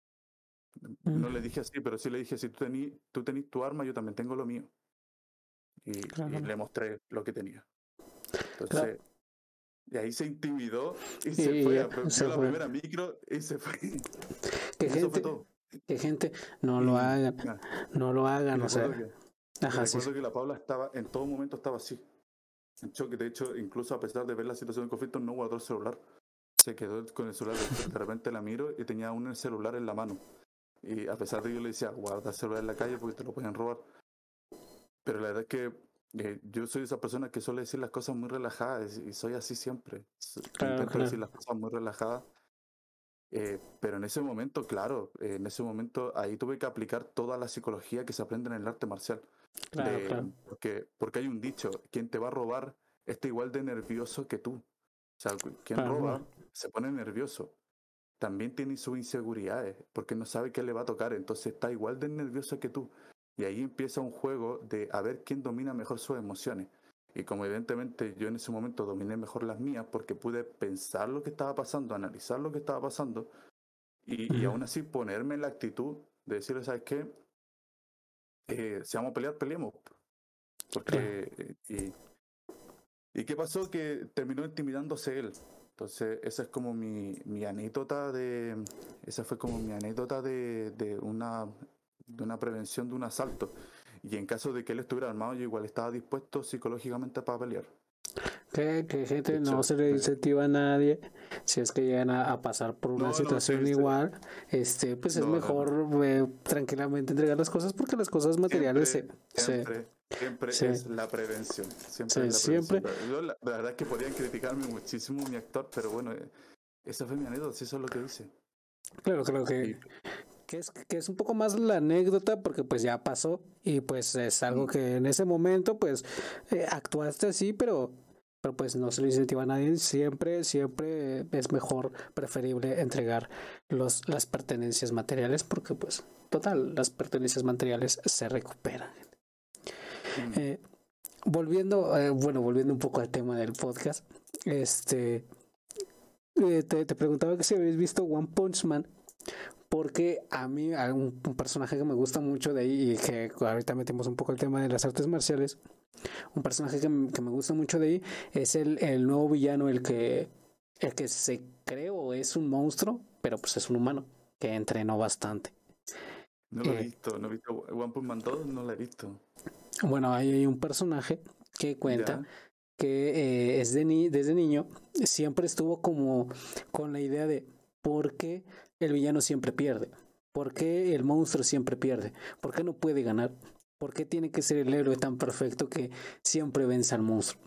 ujú. No le dije así, pero sí le dije, si tú tenés tú tenés tu arma, yo también tengo lo mío. Y, y Claro, le mostré lo que tenía. claro. Entonces, y ahí se intimidó y Y, se y fue, ya apro- vio se la fue. primera micro y se fue. Que Y eso fue gente, todo. que gente no lo Y, hagan, ah, no lo y hagan, o recuerdo sea, que, y ajá, sí, sí. recuerdo que la Paula estaba, en todo momento estaba así, en choque. De hecho, incluso a pesar de ver la situación de conflicto, no guardó el celular. Se quedó con el celular, de, de repente la miro y tenía un celular en la mano. Y a pesar de que yo le decía, guarda el celular en la calle porque te lo pueden robar. Pero la verdad es que Eh, yo soy esa persona que suele decir las cosas muy relajadas y soy así siempre. S- Claro, Intento decir claro. las cosas muy relajadas, eh, pero en ese momento, claro, eh, en ese momento ahí tuve que aplicar toda la psicología que se aprende en el arte marcial. Claro, De, claro. porque, porque hay un dicho, quien te va a robar está igual de nervioso que tú. O sea, cu- quien Claro, roba claro. se pone nervioso. También tiene sus inseguridades, porque no sabe qué le va a tocar, entonces está igual de nervioso que tú. Y ahí empieza un juego de a ver quién domina mejor sus emociones. Y como evidentemente yo en ese momento dominé mejor las mías porque pude pensar lo que estaba pasando, analizar lo que estaba pasando y, y Ujú. aún así ponerme en la actitud de decirle, ¿sabes qué? Eh, si vamos a pelear, peleemos. Claro. Porque, eh, y, ¿y qué pasó? Que terminó intimidándose él. Entonces, esa es como mi, mi anécdota de, esa fue como mi anécdota de, de una, de una prevención de un asalto. Y en caso de que él estuviera armado, yo igual estaba dispuesto psicológicamente para pelear. Que, que De gente no hecho, se le me- incentiva a nadie si es que llegan a, a pasar por una no, no, situación sí, sí, igual, este, pues es no, no, no. mejor eh, tranquilamente entregar las cosas porque las cosas materiales se, Siempre, se, siempre, siempre se, es la prevención. Siempre es se la siempre, prevención. Yo, la, la verdad es que podían criticarme muchísimo mi actor, pero bueno, eh, esa fue mi anécdota, si eso es lo que dice. claro, creo que, Y, que es, que es un poco más la anécdota porque pues ya pasó y pues es algo mm, que en ese momento pues eh, actuaste así, pero, pero pues no se le incentiva a nadie. Siempre, siempre es mejor, preferible entregar los, las pertenencias materiales porque pues total, las pertenencias materiales se recuperan. mm, Eh, volviendo, eh, bueno, volviendo un poco al tema del podcast, este, eh, te, te preguntaba que si habéis visto One Punch Man. Porque a mí, a un, un personaje que me gusta mucho de ahí y que ahorita metemos un poco el tema de las artes marciales, un personaje que, me- que me gusta mucho de ahí es el, el nuevo villano, el que, el que se cree o es un monstruo, pero pues es un humano que entrenó bastante. no lo he Eh, visto, no he visto One Punch Man dos, no lo he visto. bueno, ahí hay un personaje que cuenta Ya, que eh, es de ni desde niño siempre estuvo como con la idea de por qué el villano siempre pierde, por qué el monstruo siempre pierde, por qué no puede ganar, por qué tiene que ser el héroe tan perfecto que siempre vence al monstruo.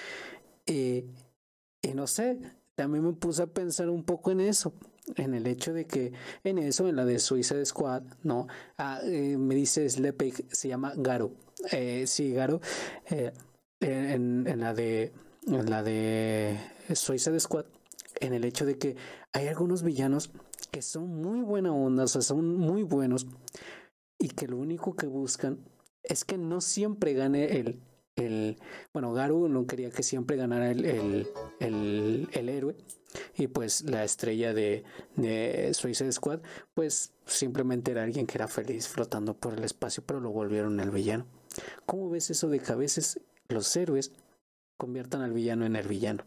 Eh, y no sé, también me puse a pensar un poco en eso, en el hecho de que en eso, en la de Suicide Squad, ¿no? Ah, eh, me dice Slepek, se llama Garo. Eh, sí, Garo, eh, en, en la de en la de Suicide Squad, en el hecho de que hay algunos villanos que son muy buena onda, o sea, son muy buenos y que lo único que buscan es que no siempre gane el, el bueno, Garu no quería que siempre ganara el, el, el, el héroe y pues la estrella de, de Suicide Squad pues simplemente era alguien que era feliz flotando por el espacio pero lo volvieron el villano. ¿Cómo ves eso de que a veces los héroes conviertan al villano en el villano?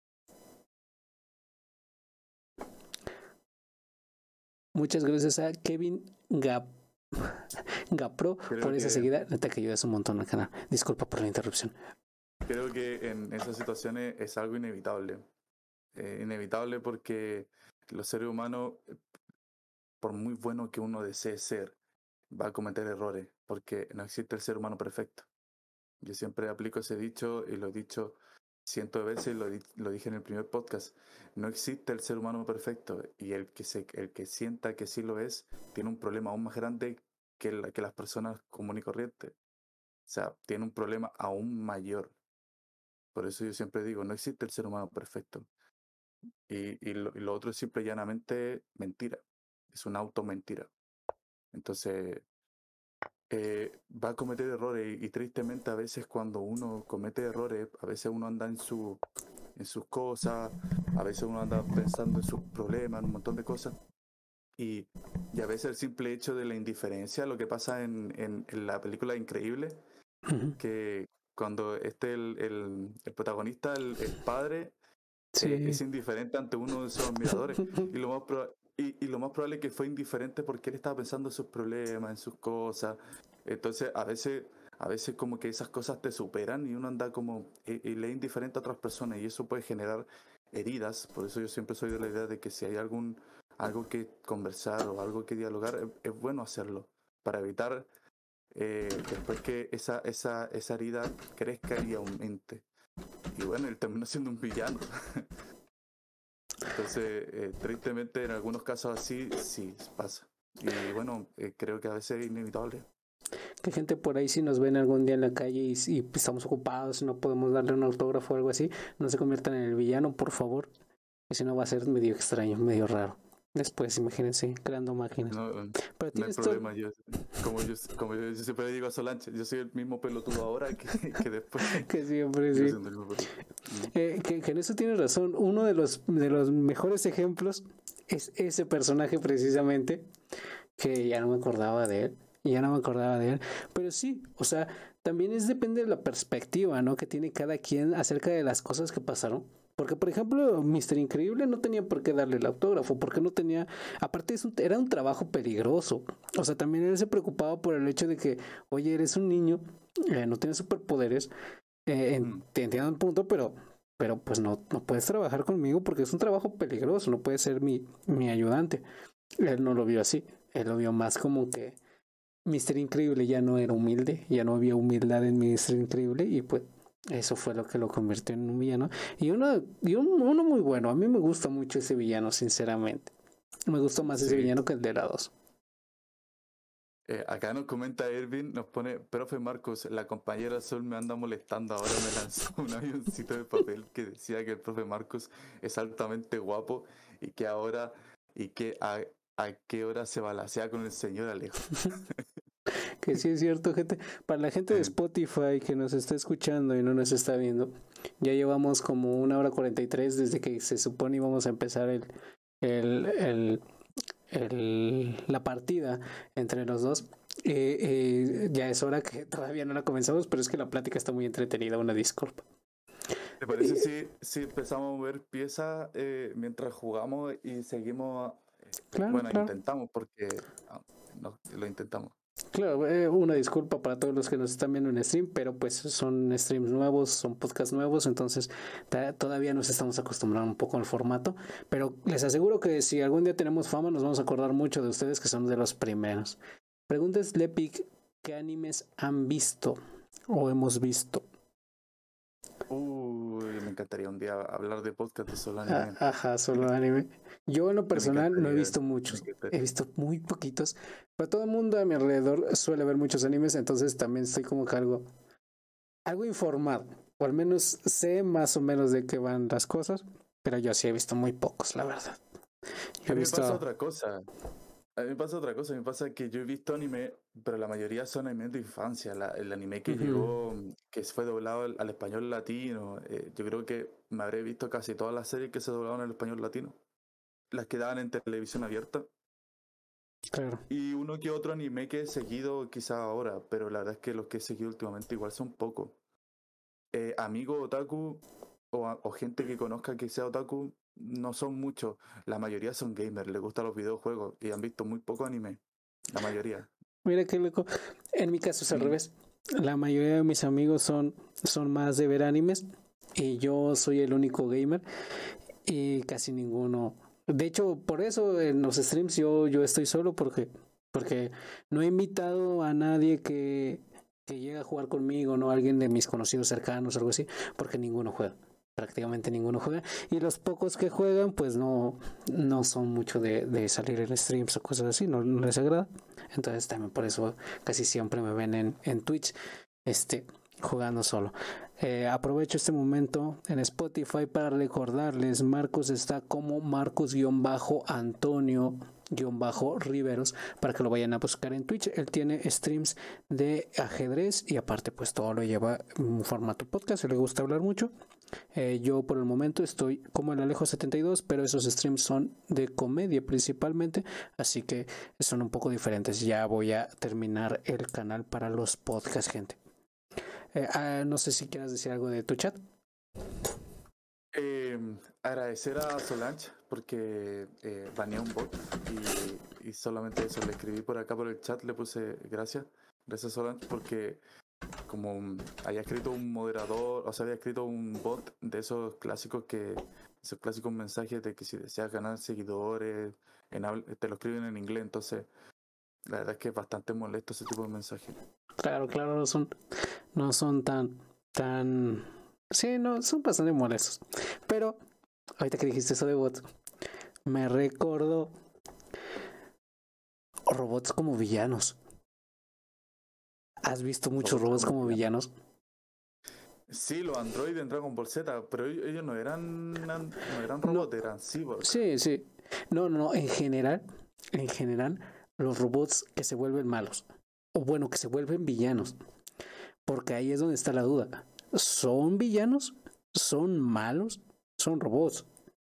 Muchas gracias a Kevin Gap Gapro creo por esa que, seguida, neta que ayudas un montón al canal. Disculpa por la interrupción. creo que en esas situaciones es algo inevitable. Eh, inevitable porque los seres humanos, eh, por muy bueno que uno desee ser, va a cometer errores, porque no existe el ser humano perfecto. Yo siempre aplico ese dicho y lo he dicho cientos de veces, lo, di- lo dije en el primer podcast. No existe el ser humano perfecto y el que, se, el que sienta que sí lo es tiene un problema aún más grande que, la- que las personas comunes y corrientes. O sea, tiene un problema aún mayor. Por eso yo siempre digo, no existe el ser humano perfecto. Y, y lo, y lo otro es simple y llanamente mentira. Es una auto mentira. Entonces, eh, va a cometer errores y, y tristemente a veces cuando uno comete errores, a veces uno anda en su en sus cosas, a veces uno anda pensando en sus problemas, en un montón de cosas, y, y a veces el simple hecho de la indiferencia, lo que pasa en, en, en la película Increíble, que cuando este el, el, el protagonista, el, el padre, eh, Sí. es indiferente ante uno de sus admiradores, y lo más proba- y, y lo más probable es que fue indiferente porque él estaba pensando en sus problemas, en sus cosas. Entonces, a veces, a veces como que esas cosas te superan y uno anda como y, y le es indiferente a otras personas y eso puede generar heridas. Por eso yo siempre soy de la idea de que si hay algún algo que conversar o algo que dialogar, es, es bueno hacerlo para evitar eh, después que esa, esa, esa herida crezca y aumente. Y bueno, él terminó siendo un villano. Entonces, eh, tristemente, en algunos casos así, sí pasa. Y bueno, eh, creo que a veces es inevitable. Que gente por ahí si nos ven algún día en la calle y, y estamos ocupados y no podemos darle un autógrafo o algo así, no se conviertan en el villano, por favor. Que si no va a ser medio extraño, medio raro. Después, imagínense, creando máquinas. No, Pero no hay tienes todo. problema. Yo, como yo, como yo, yo siempre le digo a Solange, yo soy el mismo pelotudo ahora que, que después. Que siempre Sigo sí. siendo el mismo pelotudo. Mm. Eh, que, que en eso tienes razón. Uno de los, de los mejores ejemplos es ese personaje precisamente, que ya no me acordaba de él. Ya no me acordaba de él. Pero sí, o sea, también es depende de la perspectiva, ¿no? Que tiene cada quien acerca de las cosas que pasaron. Porque, por ejemplo, míster Increíble no tenía por qué darle el autógrafo, porque no tenía, aparte es un, era un trabajo peligroso. O sea, también él se preocupaba por el hecho de que, oye, eres un niño, eh, no tienes superpoderes, eh, en, Mm. te entiendo un punto, pero, pero pues no, no puedes trabajar conmigo porque es un trabajo peligroso, no puedes ser mi, mi ayudante. Él no lo vio así, él lo vio más como que míster Increíble ya no era humilde, ya no había humildad en míster Increíble y pues eso fue lo que lo convirtió en un villano. Y uno, y un, uno muy bueno, a mí me gusta mucho ese villano, sinceramente. Me gustó más ese Sí. villano que el de la dos. Eh, acá nos comenta Ervin, nos pone, profe Marcos, la compañera Sol me anda molestando, ahora me lanzó un avioncito de papel que decía que el profe Marcos es altamente guapo y que ahora, y que a, a qué hora se balacea con el señor Alejo. Que sí es cierto, gente. Para la gente de Spotify que nos está escuchando y no nos está viendo, ya llevamos como una hora cuarenta y tres desde que se supone íbamos a empezar el, el, el, el la partida entre los dos. Eh, eh, ya es hora que todavía no la comenzamos, pero es que la plática está muy entretenida, una disculpa. ¿Te parece si, si empezamos a mover piezas eh, mientras jugamos y seguimos? eh, Claro, bueno, claro. intentamos porque ah, no, lo intentamos. Claro, eh, una disculpa para todos los que nos están viendo en stream, pero pues son streams nuevos, son podcasts nuevos, entonces ta- todavía nos estamos acostumbrando un poco al formato, pero les aseguro que si algún día tenemos fama nos vamos a acordar mucho de ustedes que son de los primeros. Preguntas Lepic, ¿qué animes han visto o hemos visto? Uy, me encantaría un día hablar de podcast de solo Ah, anime. ajá, solo anime. Yo en lo Me personal no he encantaría, visto me muchos, he encantaría. visto muy poquitos, pero todo el mundo a mi alrededor suele ver muchos animes, entonces también estoy como que algo algo informado, o al menos sé más o menos de qué van las cosas, pero yo sí he visto muy pocos, la verdad. Yo A he mí me pasa visto, otra cosa. A mí me pasa otra cosa. Me pasa que yo he visto anime, pero la mayoría son animes de infancia. La- el anime que ujú, llegó, mm, que fue doblado al, al español latino. eh, yo creo que me habré visto casi todas las series que se doblaron al español latino. Las que daban en televisión abierta. claro. Y uno que otro anime que he seguido quizá ahora, pero la verdad es que los que he seguido últimamente igual son pocos. Eh, amigo otaku o, a- o gente que conozca que sea otaku no son muchos. La mayoría son gamers, les gustan los videojuegos y han visto muy poco anime. La mayoría. Mira qué loco. En mi caso es al Mm. revés. La mayoría de mis amigos son, son más de ver animes y yo soy el único gamer y casi ninguno. De hecho, por eso en los streams yo, yo estoy solo porque, porque no he invitado a nadie que, que llegue a jugar conmigo, no alguien de mis conocidos cercanos, algo así, porque ninguno juega. Prácticamente ninguno juega. Y los pocos que juegan, pues no, no son mucho de, de salir en streams o cosas así, no, no les agrada. Entonces también por eso casi siempre me ven en, en Twitch, este, jugando solo. Eh, aprovecho este momento en Spotify para recordarles, Marcos está como Marcos-Antonio-Riveros para que lo vayan a buscar en Twitch. Él tiene streams de ajedrez y aparte pues todo lo lleva en formato podcast, le gusta hablar mucho. Eh, yo por el momento estoy como el Alejo setenta y dos, pero esos streams son de comedia principalmente, así que son un poco diferentes. Ya voy a terminar el canal para los podcasts, gente. Eh, ah, no sé si quieras decir algo de tu chat. Eh, agradecer a Solange porque eh, baneé un bot y, y solamente eso, le escribí por acá por el chat, le puse gracias, gracias Solange porque como un- había escrito un moderador, o sea, había escrito un bot de esos clásicos que, esos clásicos mensajes de que si deseas ganar seguidores, en, habl- te lo escriben en inglés, entonces la verdad es que es bastante molesto ese tipo de mensajes. Claro, claro, no son, no son tan, tan, sí, no, son bastante molestos. Pero ahorita que dijiste eso de bots, me recordó robots como villanos. ¿Has visto muchos Robots robots como como villanos. villanos? Sí, los androides en Dragon Ball Z, pero ellos, ellos no eran an- no eran No, robots, eran cyborg. sí, sí. No, no, no, en general, en general, los robots que se vuelven malos, o bueno, que se vuelven villanos, porque ahí es donde está la duda. ¿Son villanos? ¿Son malos? ¿Son robots?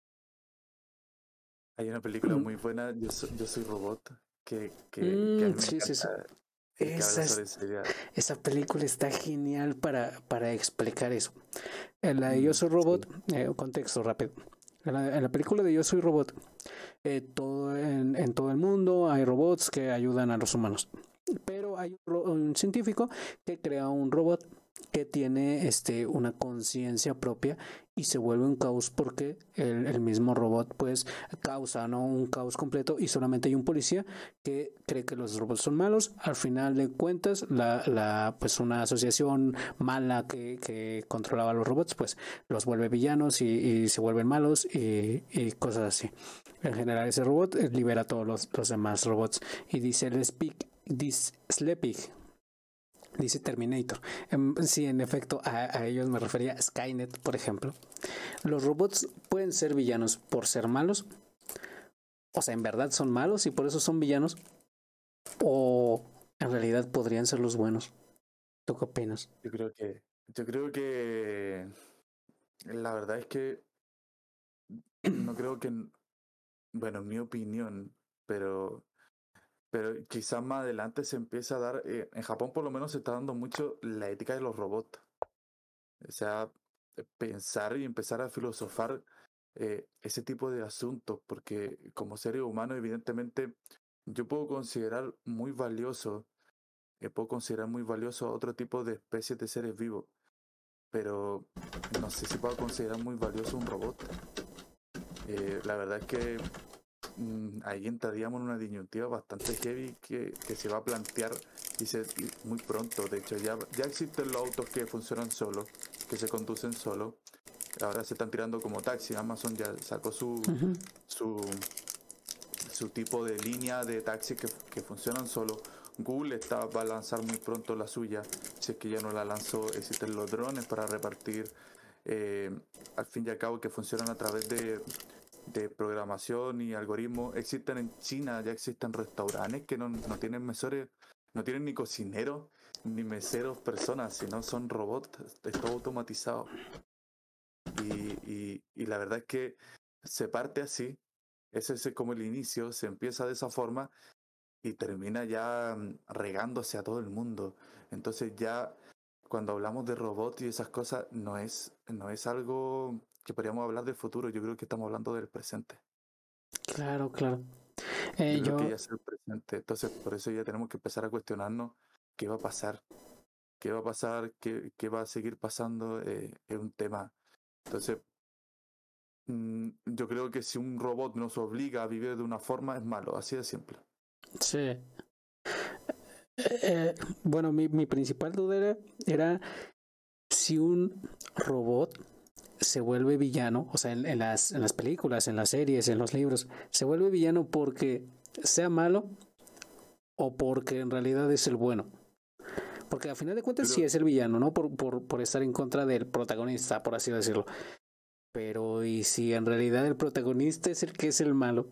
Hay una película Mm, muy buena, Yo, so- yo soy robot, que, que, que a mm, mí me sí, sí, sí. encanta y que Esa, habla es- sobre esa idea. esa película está genial para, para explicar eso. En la de Yo Mm, Soy Robot, sí. eh, contexto rápido. En la, en la película de Yo Soy Robot, eh, todo en, en todo el mundo hay robots que ayudan a los humanos. Pero hay un, un científico que crea un robot que tiene este, una conciencia propia y se vuelve un caos porque el, el, mismo robot pues causa, ¿no?, un caos completo y solamente hay un policía que cree que los robots son malos. Al final de cuentas, la, la pues una asociación mala que, que controlaba a los robots pues los vuelve villanos y, y se vuelven malos y, y, cosas así. En general ese robot eh, libera a todos los, los demás robots y dice el speak this Sleepy, dice Terminator. Um, sí, en efecto, a, a, ellos me refería. Skynet, por ejemplo. Los robots pueden ser villanos por ser malos. O sea, en verdad son malos y por eso son villanos. O en realidad podrían ser los buenos. ¿Tú qué opinas? Yo creo que, yo creo que la verdad es que no creo que, bueno, en mi opinión, pero, pero quizás más adelante se empieza a dar, eh, en Japón por lo menos se está dando mucho la ética de los robots. O sea, eh, pensar y empezar a filosofar eh, ese tipo de asuntos, porque como seres humanos, evidentemente, yo puedo considerar muy valioso, eh, puedo considerar muy valioso a otro tipo de especies de seres vivos, pero no sé si puedo considerar muy valioso un robot. Eh, la verdad es que mm, ahí entraríamos en una disyuntiva bastante heavy que, que se va a plantear y se, y muy pronto. De hecho, ya, ya existen los autos que funcionan solos, que se conducen solos. Ahora se están tirando como taxi. Amazon ya sacó su, Uh -huh. su, su tipo de línea de taxi que, que funcionan solo. Google está, va a lanzar muy pronto la suya. Si es que ya no la lanzó, existen los drones para repartir. Eh, al fin y al cabo, que funcionan a través de, de programación y algoritmos. Existen en China, ya existen restaurantes que no, no tienen mesores, no tienen ni cocineros, ni meseros personas, sino son robots, es todo automatizado. Y, y, y la verdad es que se parte así, ese es como el inicio, se empieza de esa forma y termina ya mm, regándose a todo el mundo. Entonces ya cuando hablamos de robots y esas cosas, no es, no es algo que podríamos hablar del futuro, yo creo que estamos hablando del presente. Claro, claro. Yo Eh, creo que yo, ya es el presente. Entonces, por eso ya tenemos que empezar a cuestionarnos qué va a pasar, qué va a pasar, qué, qué va a seguir pasando, eh, es un tema. Entonces, mm, yo creo que si un robot nos obliga a vivir de una forma, es malo, así de simple. sí. Eh, bueno, mi, mi principal duda era, era si un robot se vuelve villano, o sea, en, en, las, en las películas, en las series, en los libros, se vuelve villano porque sea malo o porque en realidad es el bueno. Porque a final de cuentas sí Pero, es el villano, ¿no? Por, por, por estar en contra del protagonista, por así decirlo. Pero ¿y si en realidad el protagonista es el que es el malo?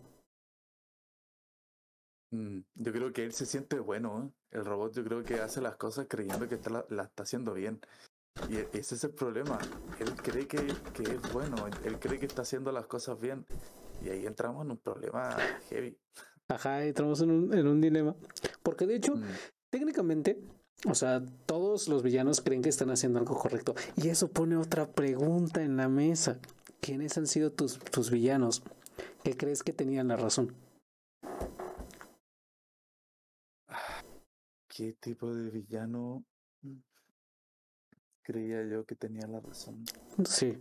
mm, yo creo que él se siente bueno, ¿eh? El robot yo creo que hace las cosas creyendo que está, la, la está haciendo bien. Y e- ese es el problema. Él cree que, que es bueno, él, él cree que está haciendo las cosas bien. Y ahí entramos en un problema heavy. Ajá, entramos en un, en un dilema. Porque de hecho, Mm. técnicamente, o sea, todos los villanos creen que están haciendo algo correcto. Y eso pone otra pregunta en la mesa. ¿Quiénes han sido tus, tus villanos? ¿Qué crees que tenían la razón? ¿Qué tipo de villano mm, creía yo que tenía la razón? Sí.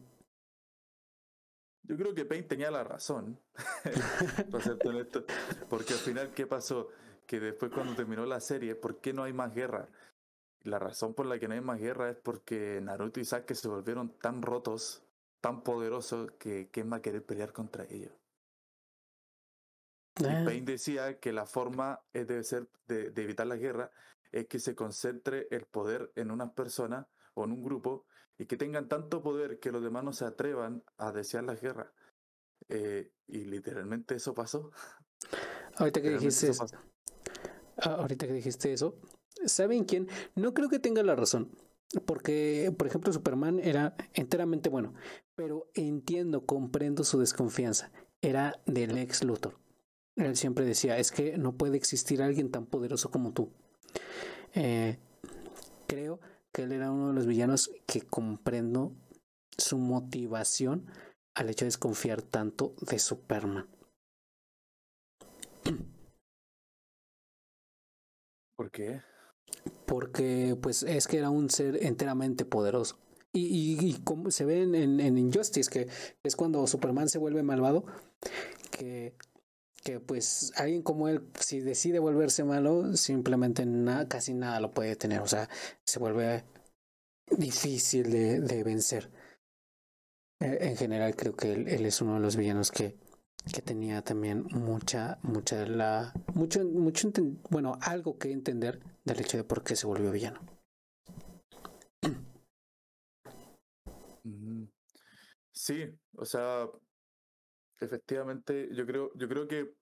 Yo creo que Pain tenía la razón, para ser honesto, porque al final, ¿qué pasó? Que después cuando terminó la serie, ¿por qué no hay más guerra? La razón por la que no hay más guerra es porque Naruto y Sasuke se volvieron tan rotos, tan poderosos, que ¿quién va a querer pelear contra ellos? Y Ah, Pain decía que la forma es de, ser, de, de evitar la guerra es que se concentre el poder en unas personas o en un grupo y que tengan tanto poder que los demás no se atrevan a desear las guerras. Eh, y literalmente eso pasó. ahorita que Literalmente dijiste, eso pasó. ah, ahorita que dijiste eso, ¿saben quién? No creo que tenga la razón, porque, por ejemplo, Superman era enteramente bueno, pero entiendo, comprendo su desconfianza. Era del ex Luthor. Él siempre decía, es que no puede existir alguien tan poderoso como tú. Eh, creo que él era uno de los villanos que comprendo su motivación al hecho de desconfiar tanto de Superman. ¿Por qué? Porque pues es que era un ser enteramente poderoso. Y, y, y como se ve en, en, en Injustice, que es cuando Superman se vuelve malvado, que, que pues alguien como él, si decide volverse malo, simplemente na, casi nada lo puede detener. O sea, se vuelve difícil de, de vencer. Eh, en general creo que él, él es uno de los villanos que, que tenía también mucha, mucha de la, mucho, mucho, bueno, algo que entender del hecho de por qué se volvió villano. Mm, sí, o sea, efectivamente, yo creo, yo creo que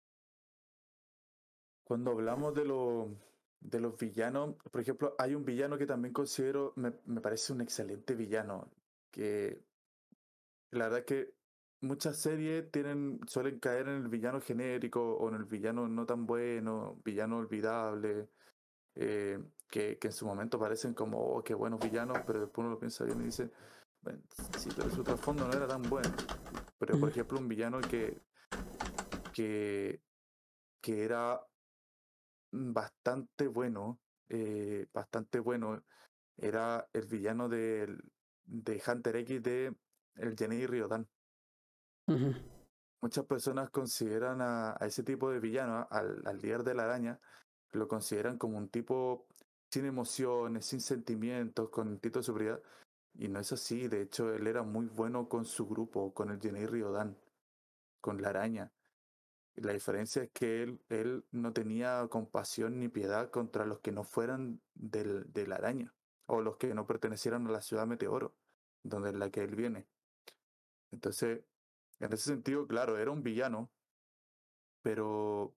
cuando hablamos de, lo, de los villanos, por ejemplo, hay un villano que también considero, me, me parece un excelente villano, que la verdad es que muchas series tienen, suelen caer en el villano genérico o en el villano no tan bueno, villano olvidable, eh, que, que en su momento parecen como, oh, qué buenos villanos, pero después uno lo piensa bien y dice, bueno, sí, pero su trasfondo no era tan bueno. Pero, por Mm, ejemplo, un villano que, que, que era bastante bueno, eh, bastante bueno, era el villano del- de Hunter X de el Gennady Ryodan. ujú. Muchas personas consideran a, a ese tipo de villano, al, al líder de la araña, lo consideran como un tipo sin emociones, sin sentimientos, con instinto de superioridad. Y no es así. De hecho, él era muy bueno con su grupo, con el Gennady Ryodan, con la araña. Y la diferencia es que él, él no tenía compasión ni piedad contra los que no fueran del, de la araña o los que no pertenecieran a la ciudad Meteoro, donde es la que él viene. Entonces, en ese sentido, claro, era un villano, pero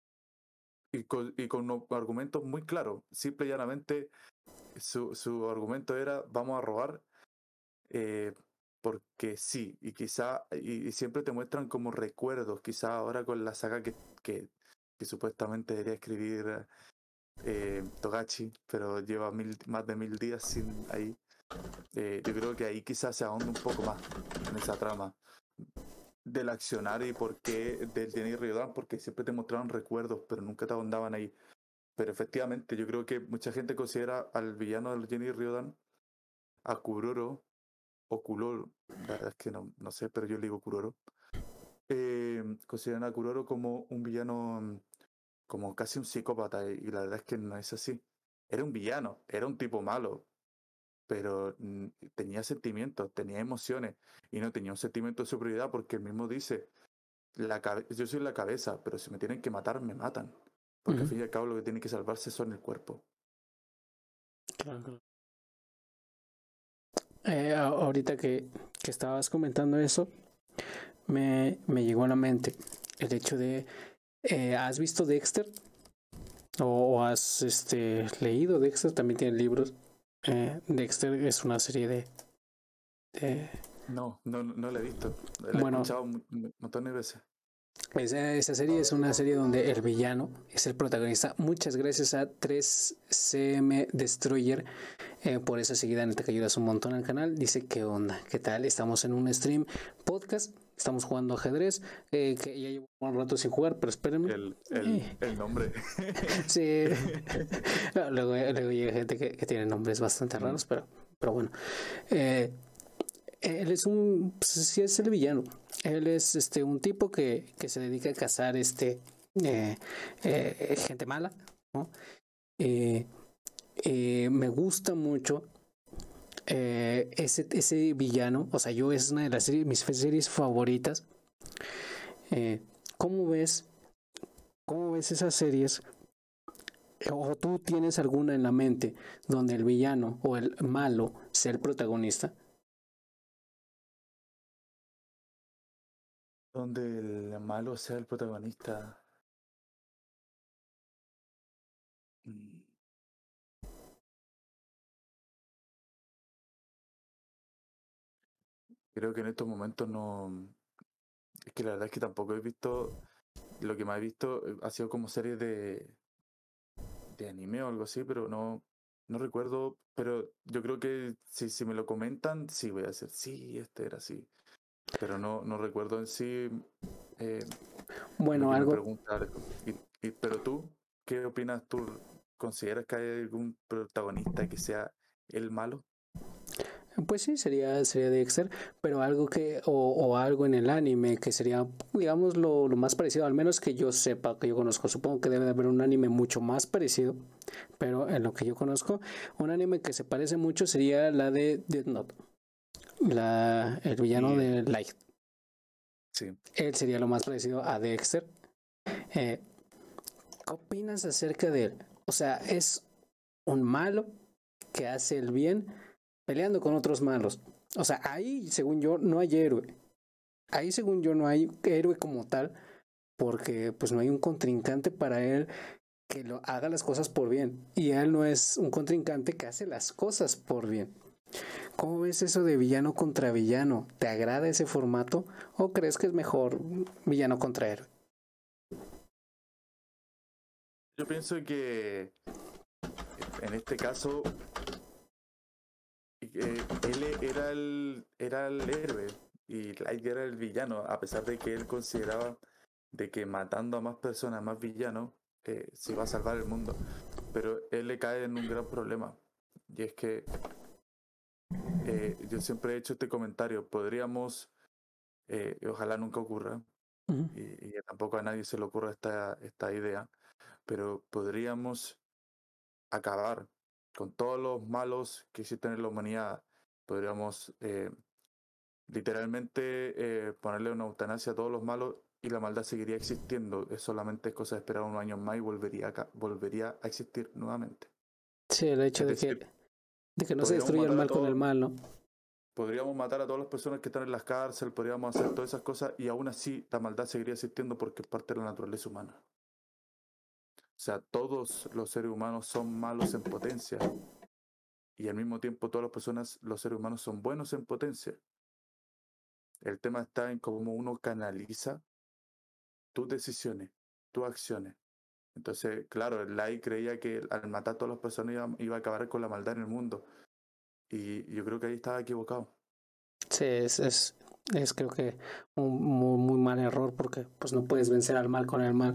y con, y con no- argumentos muy claros. Simple y llanamente, su, su argumento era, vamos a robar eh, porque sí, y quizá, y, y siempre te muestran como recuerdos, quizá ahora con la saga que, que, que supuestamente debería escribir eh, Togashi, pero lleva mil, más de mil días sin ahí. Eh, yo creo que ahí quizás se ahonda un poco más en esa trama del accionar y por qué del Jenny Riodan, porque siempre te mostraban recuerdos, pero nunca te ahondaban ahí. Pero efectivamente, yo creo que mucha gente considera al villano del Jenny Riodan, a Kuroro, o Kuroro, la verdad es que no, no sé, pero yo le digo Kuroro, eh, consideran a Kuroro como un villano, mm, como casi un psicópata, y, y la verdad es que no es así. Era un villano, era un tipo malo, pero mm, tenía sentimientos, tenía emociones, y no tenía un sentimiento de superioridad porque él mismo dice, la cabe- yo soy la cabeza, pero si me tienen que matar, me matan. Porque al Ujú. fin y al cabo lo que tiene que salvarse son el cuerpo. Claro, claro. Eh, a- ahorita que, que estabas comentando eso, me, me llegó a la mente el hecho de, eh, ¿has visto Dexter? ¿O, o has este, leído Dexter? También tiene libros. Eh, Dexter es una serie de, de- No, no, no la he visto. La he bueno, escuchado un un montón de veces. esa, esa serie es una serie donde el villano es el protagonista. Muchas gracias a tres C M Destroyer eh, por esa seguida, neta que ayudas un montón al canal. Dice, ¿qué onda? ¿Qué tal? Estamos en un stream podcast, estamos jugando ajedrez, eh, que ya llevo un rato sin jugar, pero espérenme. El, el, Eh, el nombre. sí, no, luego, luego llega gente que, que tiene nombres bastante Mm, raros, pero, pero bueno. Eh, él es un, pues, sí es el villano. Él es este un tipo que, que se dedica a cazar este eh, eh, gente mala, ¿no? Eh, eh, me gusta mucho eh, ese, ese villano. O sea, yo es una de las series, mis series favoritas. Eh, ¿Cómo ves? ¿Cómo ves esas series? ¿O tú tienes alguna en la mente donde el villano o el malo sea el protagonista? Donde el malo sea el protagonista. Mm, Creo que en estos momentos no. Es que la verdad es que tampoco he visto. Lo que más he visto eh, ha sido como series de, de anime o algo así, pero no, no recuerdo. Pero yo creo que si, si me lo comentan, sí voy a decir, sí, este era así. Pero no, no recuerdo en sí eh, lo Bueno, que me algo, preguntas. Y, y- pero tú, ¿qué opinas tú? ¿Consideras que hay algún protagonista que sea el malo? pues sí, sería, sería Dexter, pero algo que, o, o algo en el anime que sería, digamos, lo, lo más parecido, al menos que yo sepa, que yo conozco. Supongo que debe de haber un anime mucho más parecido, pero en lo que yo conozco, un anime que se parece mucho sería la de Death Note, la, el villano Y de Light. sí, Él sería lo más parecido a Dexter. Eh, ¿Qué opinas acerca de él? O sea, es un malo que hace el bien peleando con otros malos. O sea, ahí, según yo, no hay héroe. Ahí, según yo, no hay héroe como tal, porque pues no hay un contrincante para él que lo haga las cosas por bien. Y él no es un contrincante que hace las cosas por bien. ¿Cómo ves eso de villano contra villano? ¿Te agrada ese formato o crees que es mejor villano contra héroe? yo pienso que en este caso eh, él era el, era el héroe y Light era el villano, a pesar de que él consideraba de que matando a más personas, más villanos, eh, se iba a salvar el mundo. Pero él le cae en un gran problema. Y es que eh, yo siempre he hecho este comentario, podríamos, eh, y ojalá nunca ocurra, Uh -huh. y, y tampoco a nadie se le ocurra esta, esta idea, pero podríamos acabar con todos los malos que existen en la humanidad. Podríamos eh, literalmente eh, ponerle una eutanasia a todos los malos y la maldad seguiría existiendo. Es solamente cosa de esperar unos años más y volvería a, volvería a existir nuevamente. Sí, el hecho Es de que, decir, de que no se podríamos destruya el matar a mal con el todos, mal, ¿no? podríamos matar a todas las personas que están en las cárceles, podríamos hacer todas esas cosas y aún así la maldad seguiría existiendo porque es parte de la naturaleza humana. O sea, todos los seres humanos son malos en potencia y al mismo tiempo todas las personas, los seres humanos son buenos en potencia. El tema está en cómo uno canaliza tus decisiones, tus acciones. Entonces, claro, el Lai creía que al matar a todas las personas iba, iba a acabar con la maldad en el mundo. Y yo creo que ahí estaba equivocado. Sí, es, es, es creo que un muy, muy mal error porque pues no puedes vencer al mal con el mal.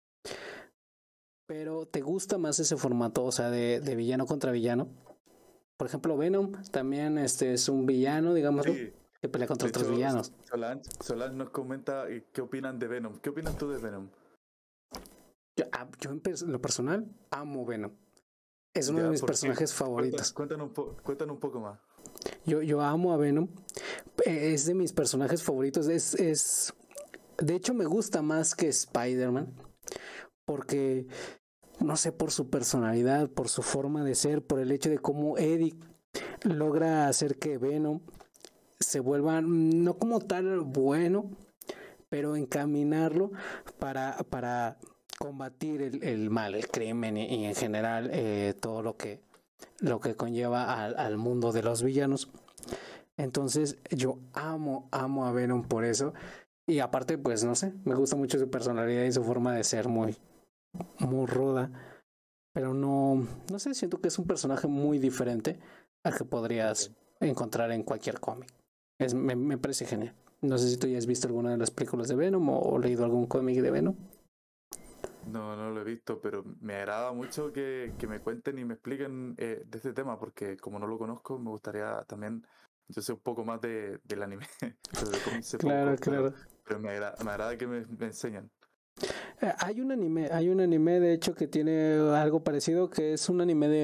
Pero ¿te gusta más ese formato, o sea, de, de villano contra villano? Por ejemplo, Venom también este, es un villano, digámoslo, Sí, que pelea contra de otros hecho, villanos. Solange, Solange nos comenta eh, qué opinan de Venom. ¿Qué opinas tú de Venom? Yo, ah, yo en, pers- en lo personal amo Venom. Es uno de ¿Ya? mis ¿Por qué? personajes Cuéntanos, favoritos. cuéntanos, un, po cuéntanos un poco más. Yo, yo amo a Venom. Eh, Es de mis personajes favoritos. Es, es, de hecho, me gusta más que Spider-Man. Porque, no sé, por su personalidad, por su forma de ser, por el hecho de cómo Eddie logra hacer que Venom se vuelva, no como tal bueno, pero encaminarlo para, para combatir el, el mal, el crimen y, y en general eh, todo lo que, lo que conlleva al, al mundo de los villanos. Entonces yo amo, amo a Venom por eso. Y aparte, pues no sé, me gusta mucho su personalidad y su forma de ser muy, muy ruda. Pero no, no sé, siento que es un personaje muy diferente al que podrías Okay. encontrar en cualquier cómic. Es, me, me parece genial. No sé si tú ya has visto alguna de las películas de Venom o, o leído algún cómic de Venom. No, no lo he visto, pero me agrada mucho que, que me cuenten y me expliquen eh, de este tema, porque como no lo conozco, me gustaría también, yo sé un poco más de, del anime, pero de cómics sé Claro, poco, pero, claro. pero me agrada, me agrada que me, me enseñen. Eh, hay un anime, hay un anime de hecho que tiene algo parecido, que es un anime de,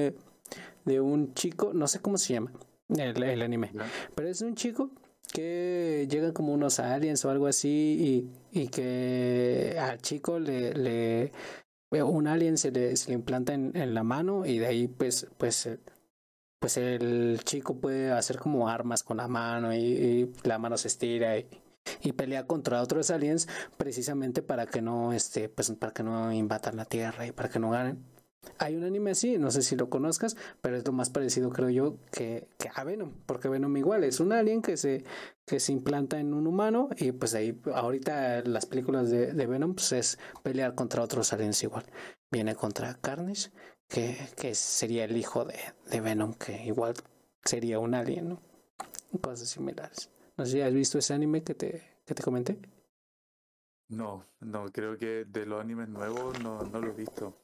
de un chico, no sé cómo se llama el, el anime, ¿Ya? pero es un chico que llegan como unos aliens o algo así y, y que al chico le, le un alien se le, se le implanta en, en la mano y de ahí pues pues eh, pues el chico puede hacer como armas con la mano y, y la mano se estira y, y pelea contra otros aliens precisamente para que no este pues para que no invadan la Tierra y para que no ganen. Hay un anime así, no sé si lo conozcas, pero es lo más parecido, creo yo, que, que a Venom, porque Venom igual es un alien que se, que se implanta en un humano y pues ahí ahorita las películas de, de Venom pues es pelear contra otros aliens igual. Viene contra Carnage, que, que sería el hijo de, de Venom, que igual sería un alien, ¿no? Cosas similares. No sé si has visto ese anime que te, que te comenté. No, no, creo que de los animes nuevos no, no lo he visto.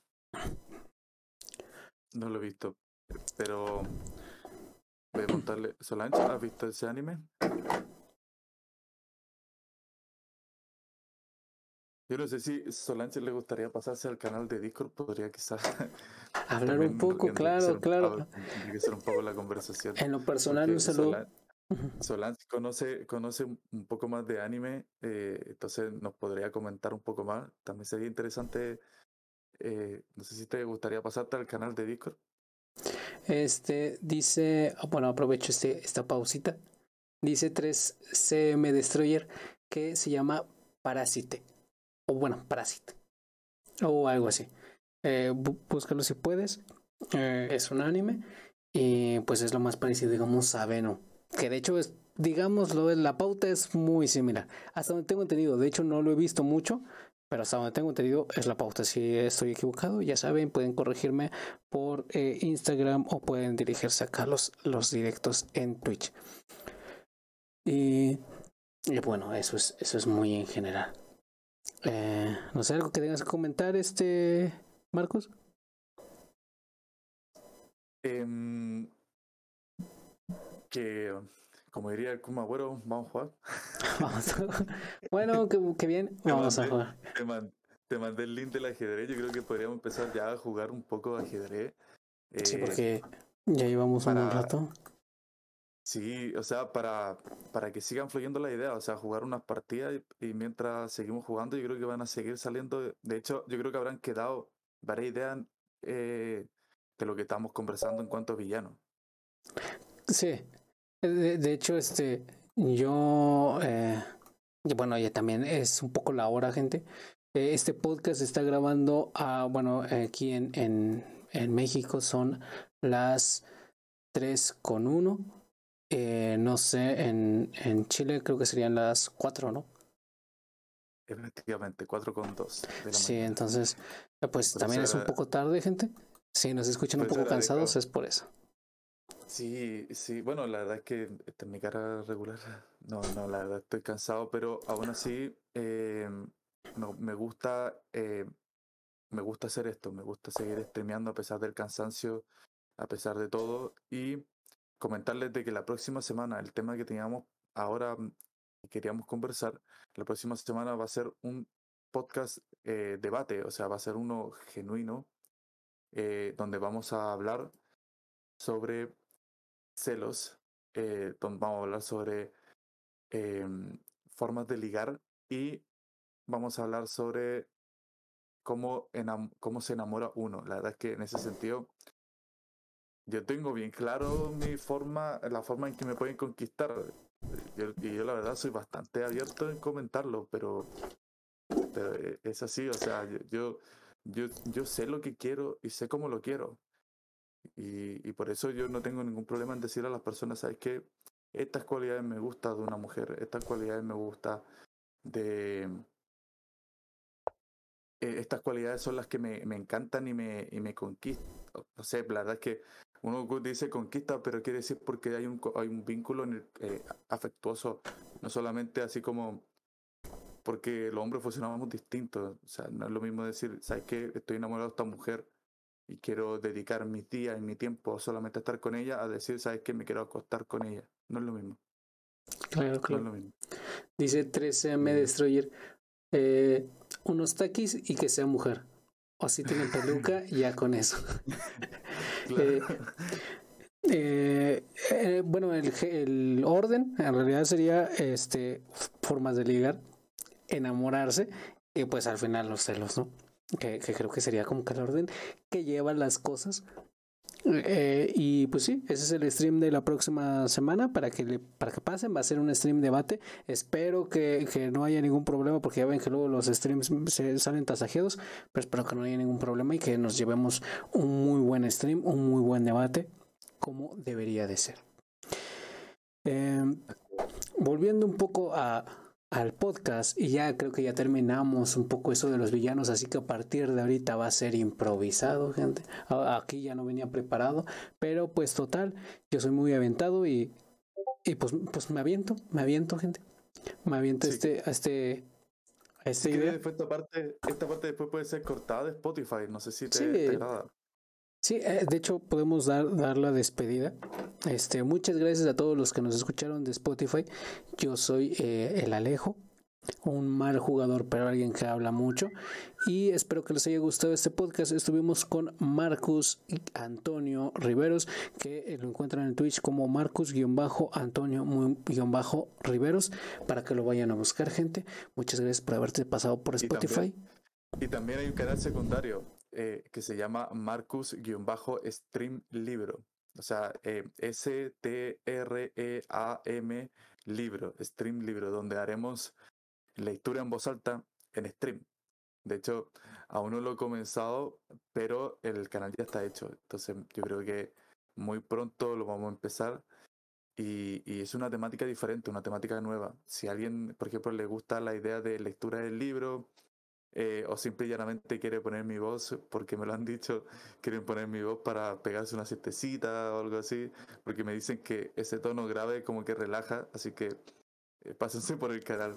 No lo he visto. Pero voy a preguntarle, Solange, ¿has visto ese anime? Yo no sé si Solange le gustaría pasarse al canal de Discord, podría quizás Hablar un también poco, enriquecer claro, un, claro. a- enriquecer un poco la conversación. En lo personal, un Porque saludo. Solan- Solange conoce, conoce un un poco más de anime, eh, entonces nos podría comentar un poco más. También sería interesante, eh, no sé si te gustaría pasarte al canal de Discord. Este dice, ah, bueno, aprovecho este, esta pausita. Dice tres C M Destroyer que se llama Parasite. O bueno, Parasite. O algo así. Eh, bú- búscalo si puedes. Eh, es un anime. Y pues es lo más parecido, digamos, a Venom. Que de hecho es, digámoslo, la pauta es muy similar. Hasta donde tengo entendido. De hecho, no lo he visto mucho. Pero hasta donde tengo entendido es la pauta. Si estoy equivocado, ya saben, pueden corregirme por eh, Instagram o pueden dirigirse acá a los, los directos en Twitch. Y, y bueno, eso es, eso es muy en general. Eh, no sé, algo que tengas que comentar, este Marcos. Em, que, como diría el Kun Agüero, vamos a jugar. Vamos a... Bueno, qué, qué bien, Te vamos a mandé, jugar. te man- te mandé el link del ajedrez. Yo creo que podríamos empezar ya a jugar un poco de ajedrez. Sí, eh, porque ya llevamos un buen para, rato. sí, o sea, para, para que sigan fluyendo la idea, o sea, jugar unas partidas y, y mientras seguimos jugando, yo creo que van a seguir saliendo. De, de hecho, yo creo que habrán quedado varias ideas eh, de lo que estamos conversando en cuanto a villanos. Sí, de, de hecho, este, yo, eh, y bueno, ya también es un poco la hora, gente. Eh, Este podcast se está grabando, a, bueno, aquí en, en, en México son las tres con uno. Eh, no sé, en, en Chile creo que serían las cuatro, ¿no? Efectivamente, cuatro con dos de la Sí, mañana. entonces, eh, pues Por eso también es un era, poco tarde, gente. Si nos escuchan por un eso poco cansados, agradezco. es por eso. Sí, sí, bueno, la verdad es que esta es mi cara regular. No, no, la verdad estoy cansado, pero aún así eh, me, me gusta, eh, me gusta hacer esto, me gusta seguir streameando a pesar del cansancio, a pesar de todo, y comentarles de que la próxima semana el tema que teníamos ahora mm, y queríamos conversar, la próxima semana va a ser un podcast eh, debate, o sea, va a ser uno genuino, eh, donde vamos a hablar sobre celos, eh, donde vamos a hablar sobre em, formas de ligar y vamos a hablar sobre cómo, enam- cómo se enamora uno. La verdad es que en ese sentido yo tengo bien claro mi forma, la forma en que me pueden conquistar. Yo- y yo la verdad soy bastante abierto en comentarlo, pero, pero eh, es así, o sea, yo, yo, yo, yo sé lo que quiero y sé cómo lo quiero. Y, y por eso yo no tengo ningún problema en decir a las personas, ¿sabes qué? Estas cualidades me gustan de una mujer, estas cualidades me gustan de... eh, estas cualidades son las que me, me encantan y me, y me conquistan. No sé, la verdad es que uno dice conquista, pero quiere decir porque hay un, co- hay un vínculo en el- eh, afectuoso, no solamente así como porque los hombres funcionamos distintos. O sea, no es lo mismo decir, ¿sabes qué? Estoy enamorado de esta mujer y quiero dedicar mis días y mi tiempo solamente a estar con ella, a decir, ¿sabes qué? Me quiero acostar con ella. No es lo mismo, Claro, no es claro. lo mismo. Dice tres M Eh, Destroyer. Eh, unos taquis y que sea mujer. O si tiene peluca, ya con eso. Eh, eh, eh, bueno, el, el orden en realidad sería este formas de ligar, enamorarse y pues al final los celos, ¿no? Que, que creo que sería como que el orden que llevan las cosas. Eh, y pues sí, ese es el stream de la próxima semana para que le, para que pasen. Va a ser un stream debate. Espero que, que no haya ningún problema, porque ya ven que luego los streams se salen tasajeados, pero espero que no haya ningún problema y que nos llevemos un muy buen stream, un muy buen debate, como debería de ser. Eh, volviendo un poco a al podcast, y ya creo que ya terminamos un poco eso de los villanos, así que a partir de ahorita va a ser improvisado, gente. Aquí ya no venía preparado, pero pues total, yo soy muy aventado y, y pues, pues me aviento, me aviento, gente. Me aviento sí. este, a este, a esta sí, idea. Después esta parte, esta parte después puede ser cortada de Spotify, no sé si te, sí. te agrada. Sí, eh, de hecho podemos dar, dar la despedida. Este, muchas gracias a todos los que nos escucharon de Spotify. Yo soy eh, el Alejo, un mal jugador, pero alguien que habla mucho. Y espero que les haya gustado este podcast. Estuvimos con Marcus y Antonio Riveros, que lo encuentran en Twitch como Marcus-Antonio-Riveros, para que lo vayan a buscar, gente. Muchas gracias por haberte pasado por Spotify. Y también, y también hay un canal secundario eh, que se llama Marcus-Stream Libro. O sea, eh, S T R E A M Libro, Stream Libro, donde haremos lectura en voz alta en stream. De hecho, aún no lo he comenzado, pero el canal ya está hecho. Entonces yo creo que muy pronto lo vamos a empezar. Y, y es una temática diferente, una temática nueva. Si a alguien, por ejemplo, le gusta la idea de lectura del libro, eh, o simple y llanamente quiere poner mi voz, porque me lo han dicho, quieren poner mi voz para pegarse una siestecita o algo así, porque me dicen que ese tono grave como que relaja, así que eh, pásense por el canal.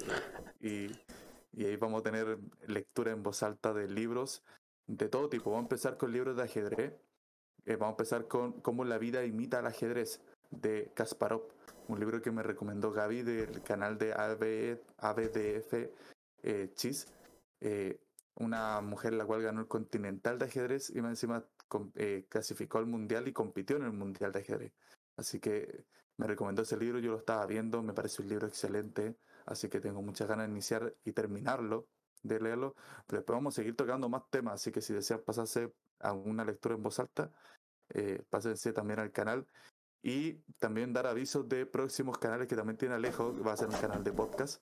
Y, y ahí vamos a tener lectura en voz alta de libros de todo tipo. Vamos a empezar con libros de ajedrez. Eh, vamos a empezar con Cómo la vida imita al ajedrez, de Kasparov, un libro que me recomendó Gaby del canal de A B D F eh, Chis, eh, una mujer la cual ganó el Continental de ajedrez y más encima con, eh, clasificó al Mundial y compitió en el Mundial de ajedrez. Así que me recomendó ese libro, yo lo estaba viendo, me parece un libro excelente, así que tengo muchas ganas de iniciar y terminarlo, de leerlo, pero después vamos a seguir tocando más temas, así que si desean pasarse a una lectura en voz alta, eh, pásense también al canal. Y también dar avisos de próximos canales que también tiene Alejo, que va a ser un canal de podcast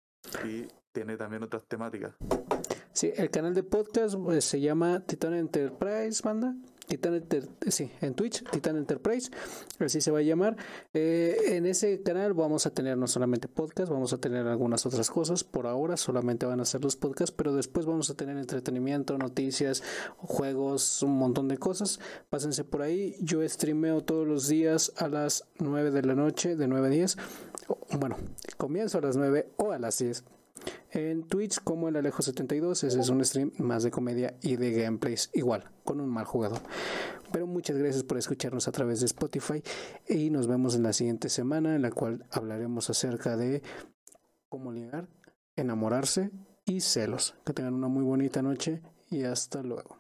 y tiene también otras temáticas. Sí, el canal de podcast pues, se llama Titan Enterprise, banda. Titan Enter, sí, en Twitch, Titan Enterprise, así se va a llamar. Eh, en ese canal vamos a tener no solamente podcast, vamos a tener algunas otras cosas. Por ahora solamente van a ser los podcasts, pero después vamos a tener entretenimiento, noticias, juegos, un montón de cosas. Pásense por ahí. Yo streameo todos los días a las nueve de la noche, de nueve a diez. Bueno, comienzo a las nueve o a las diez. En Twitch como el Alejo setenta y dos, ese es un stream más de comedia y de gameplays, igual, con un mal jugador. Pero muchas gracias por escucharnos a través de Spotify y nos vemos en la siguiente semana, en la cual hablaremos acerca de cómo ligar, enamorarse y celos. Que tengan una muy bonita noche y hasta luego.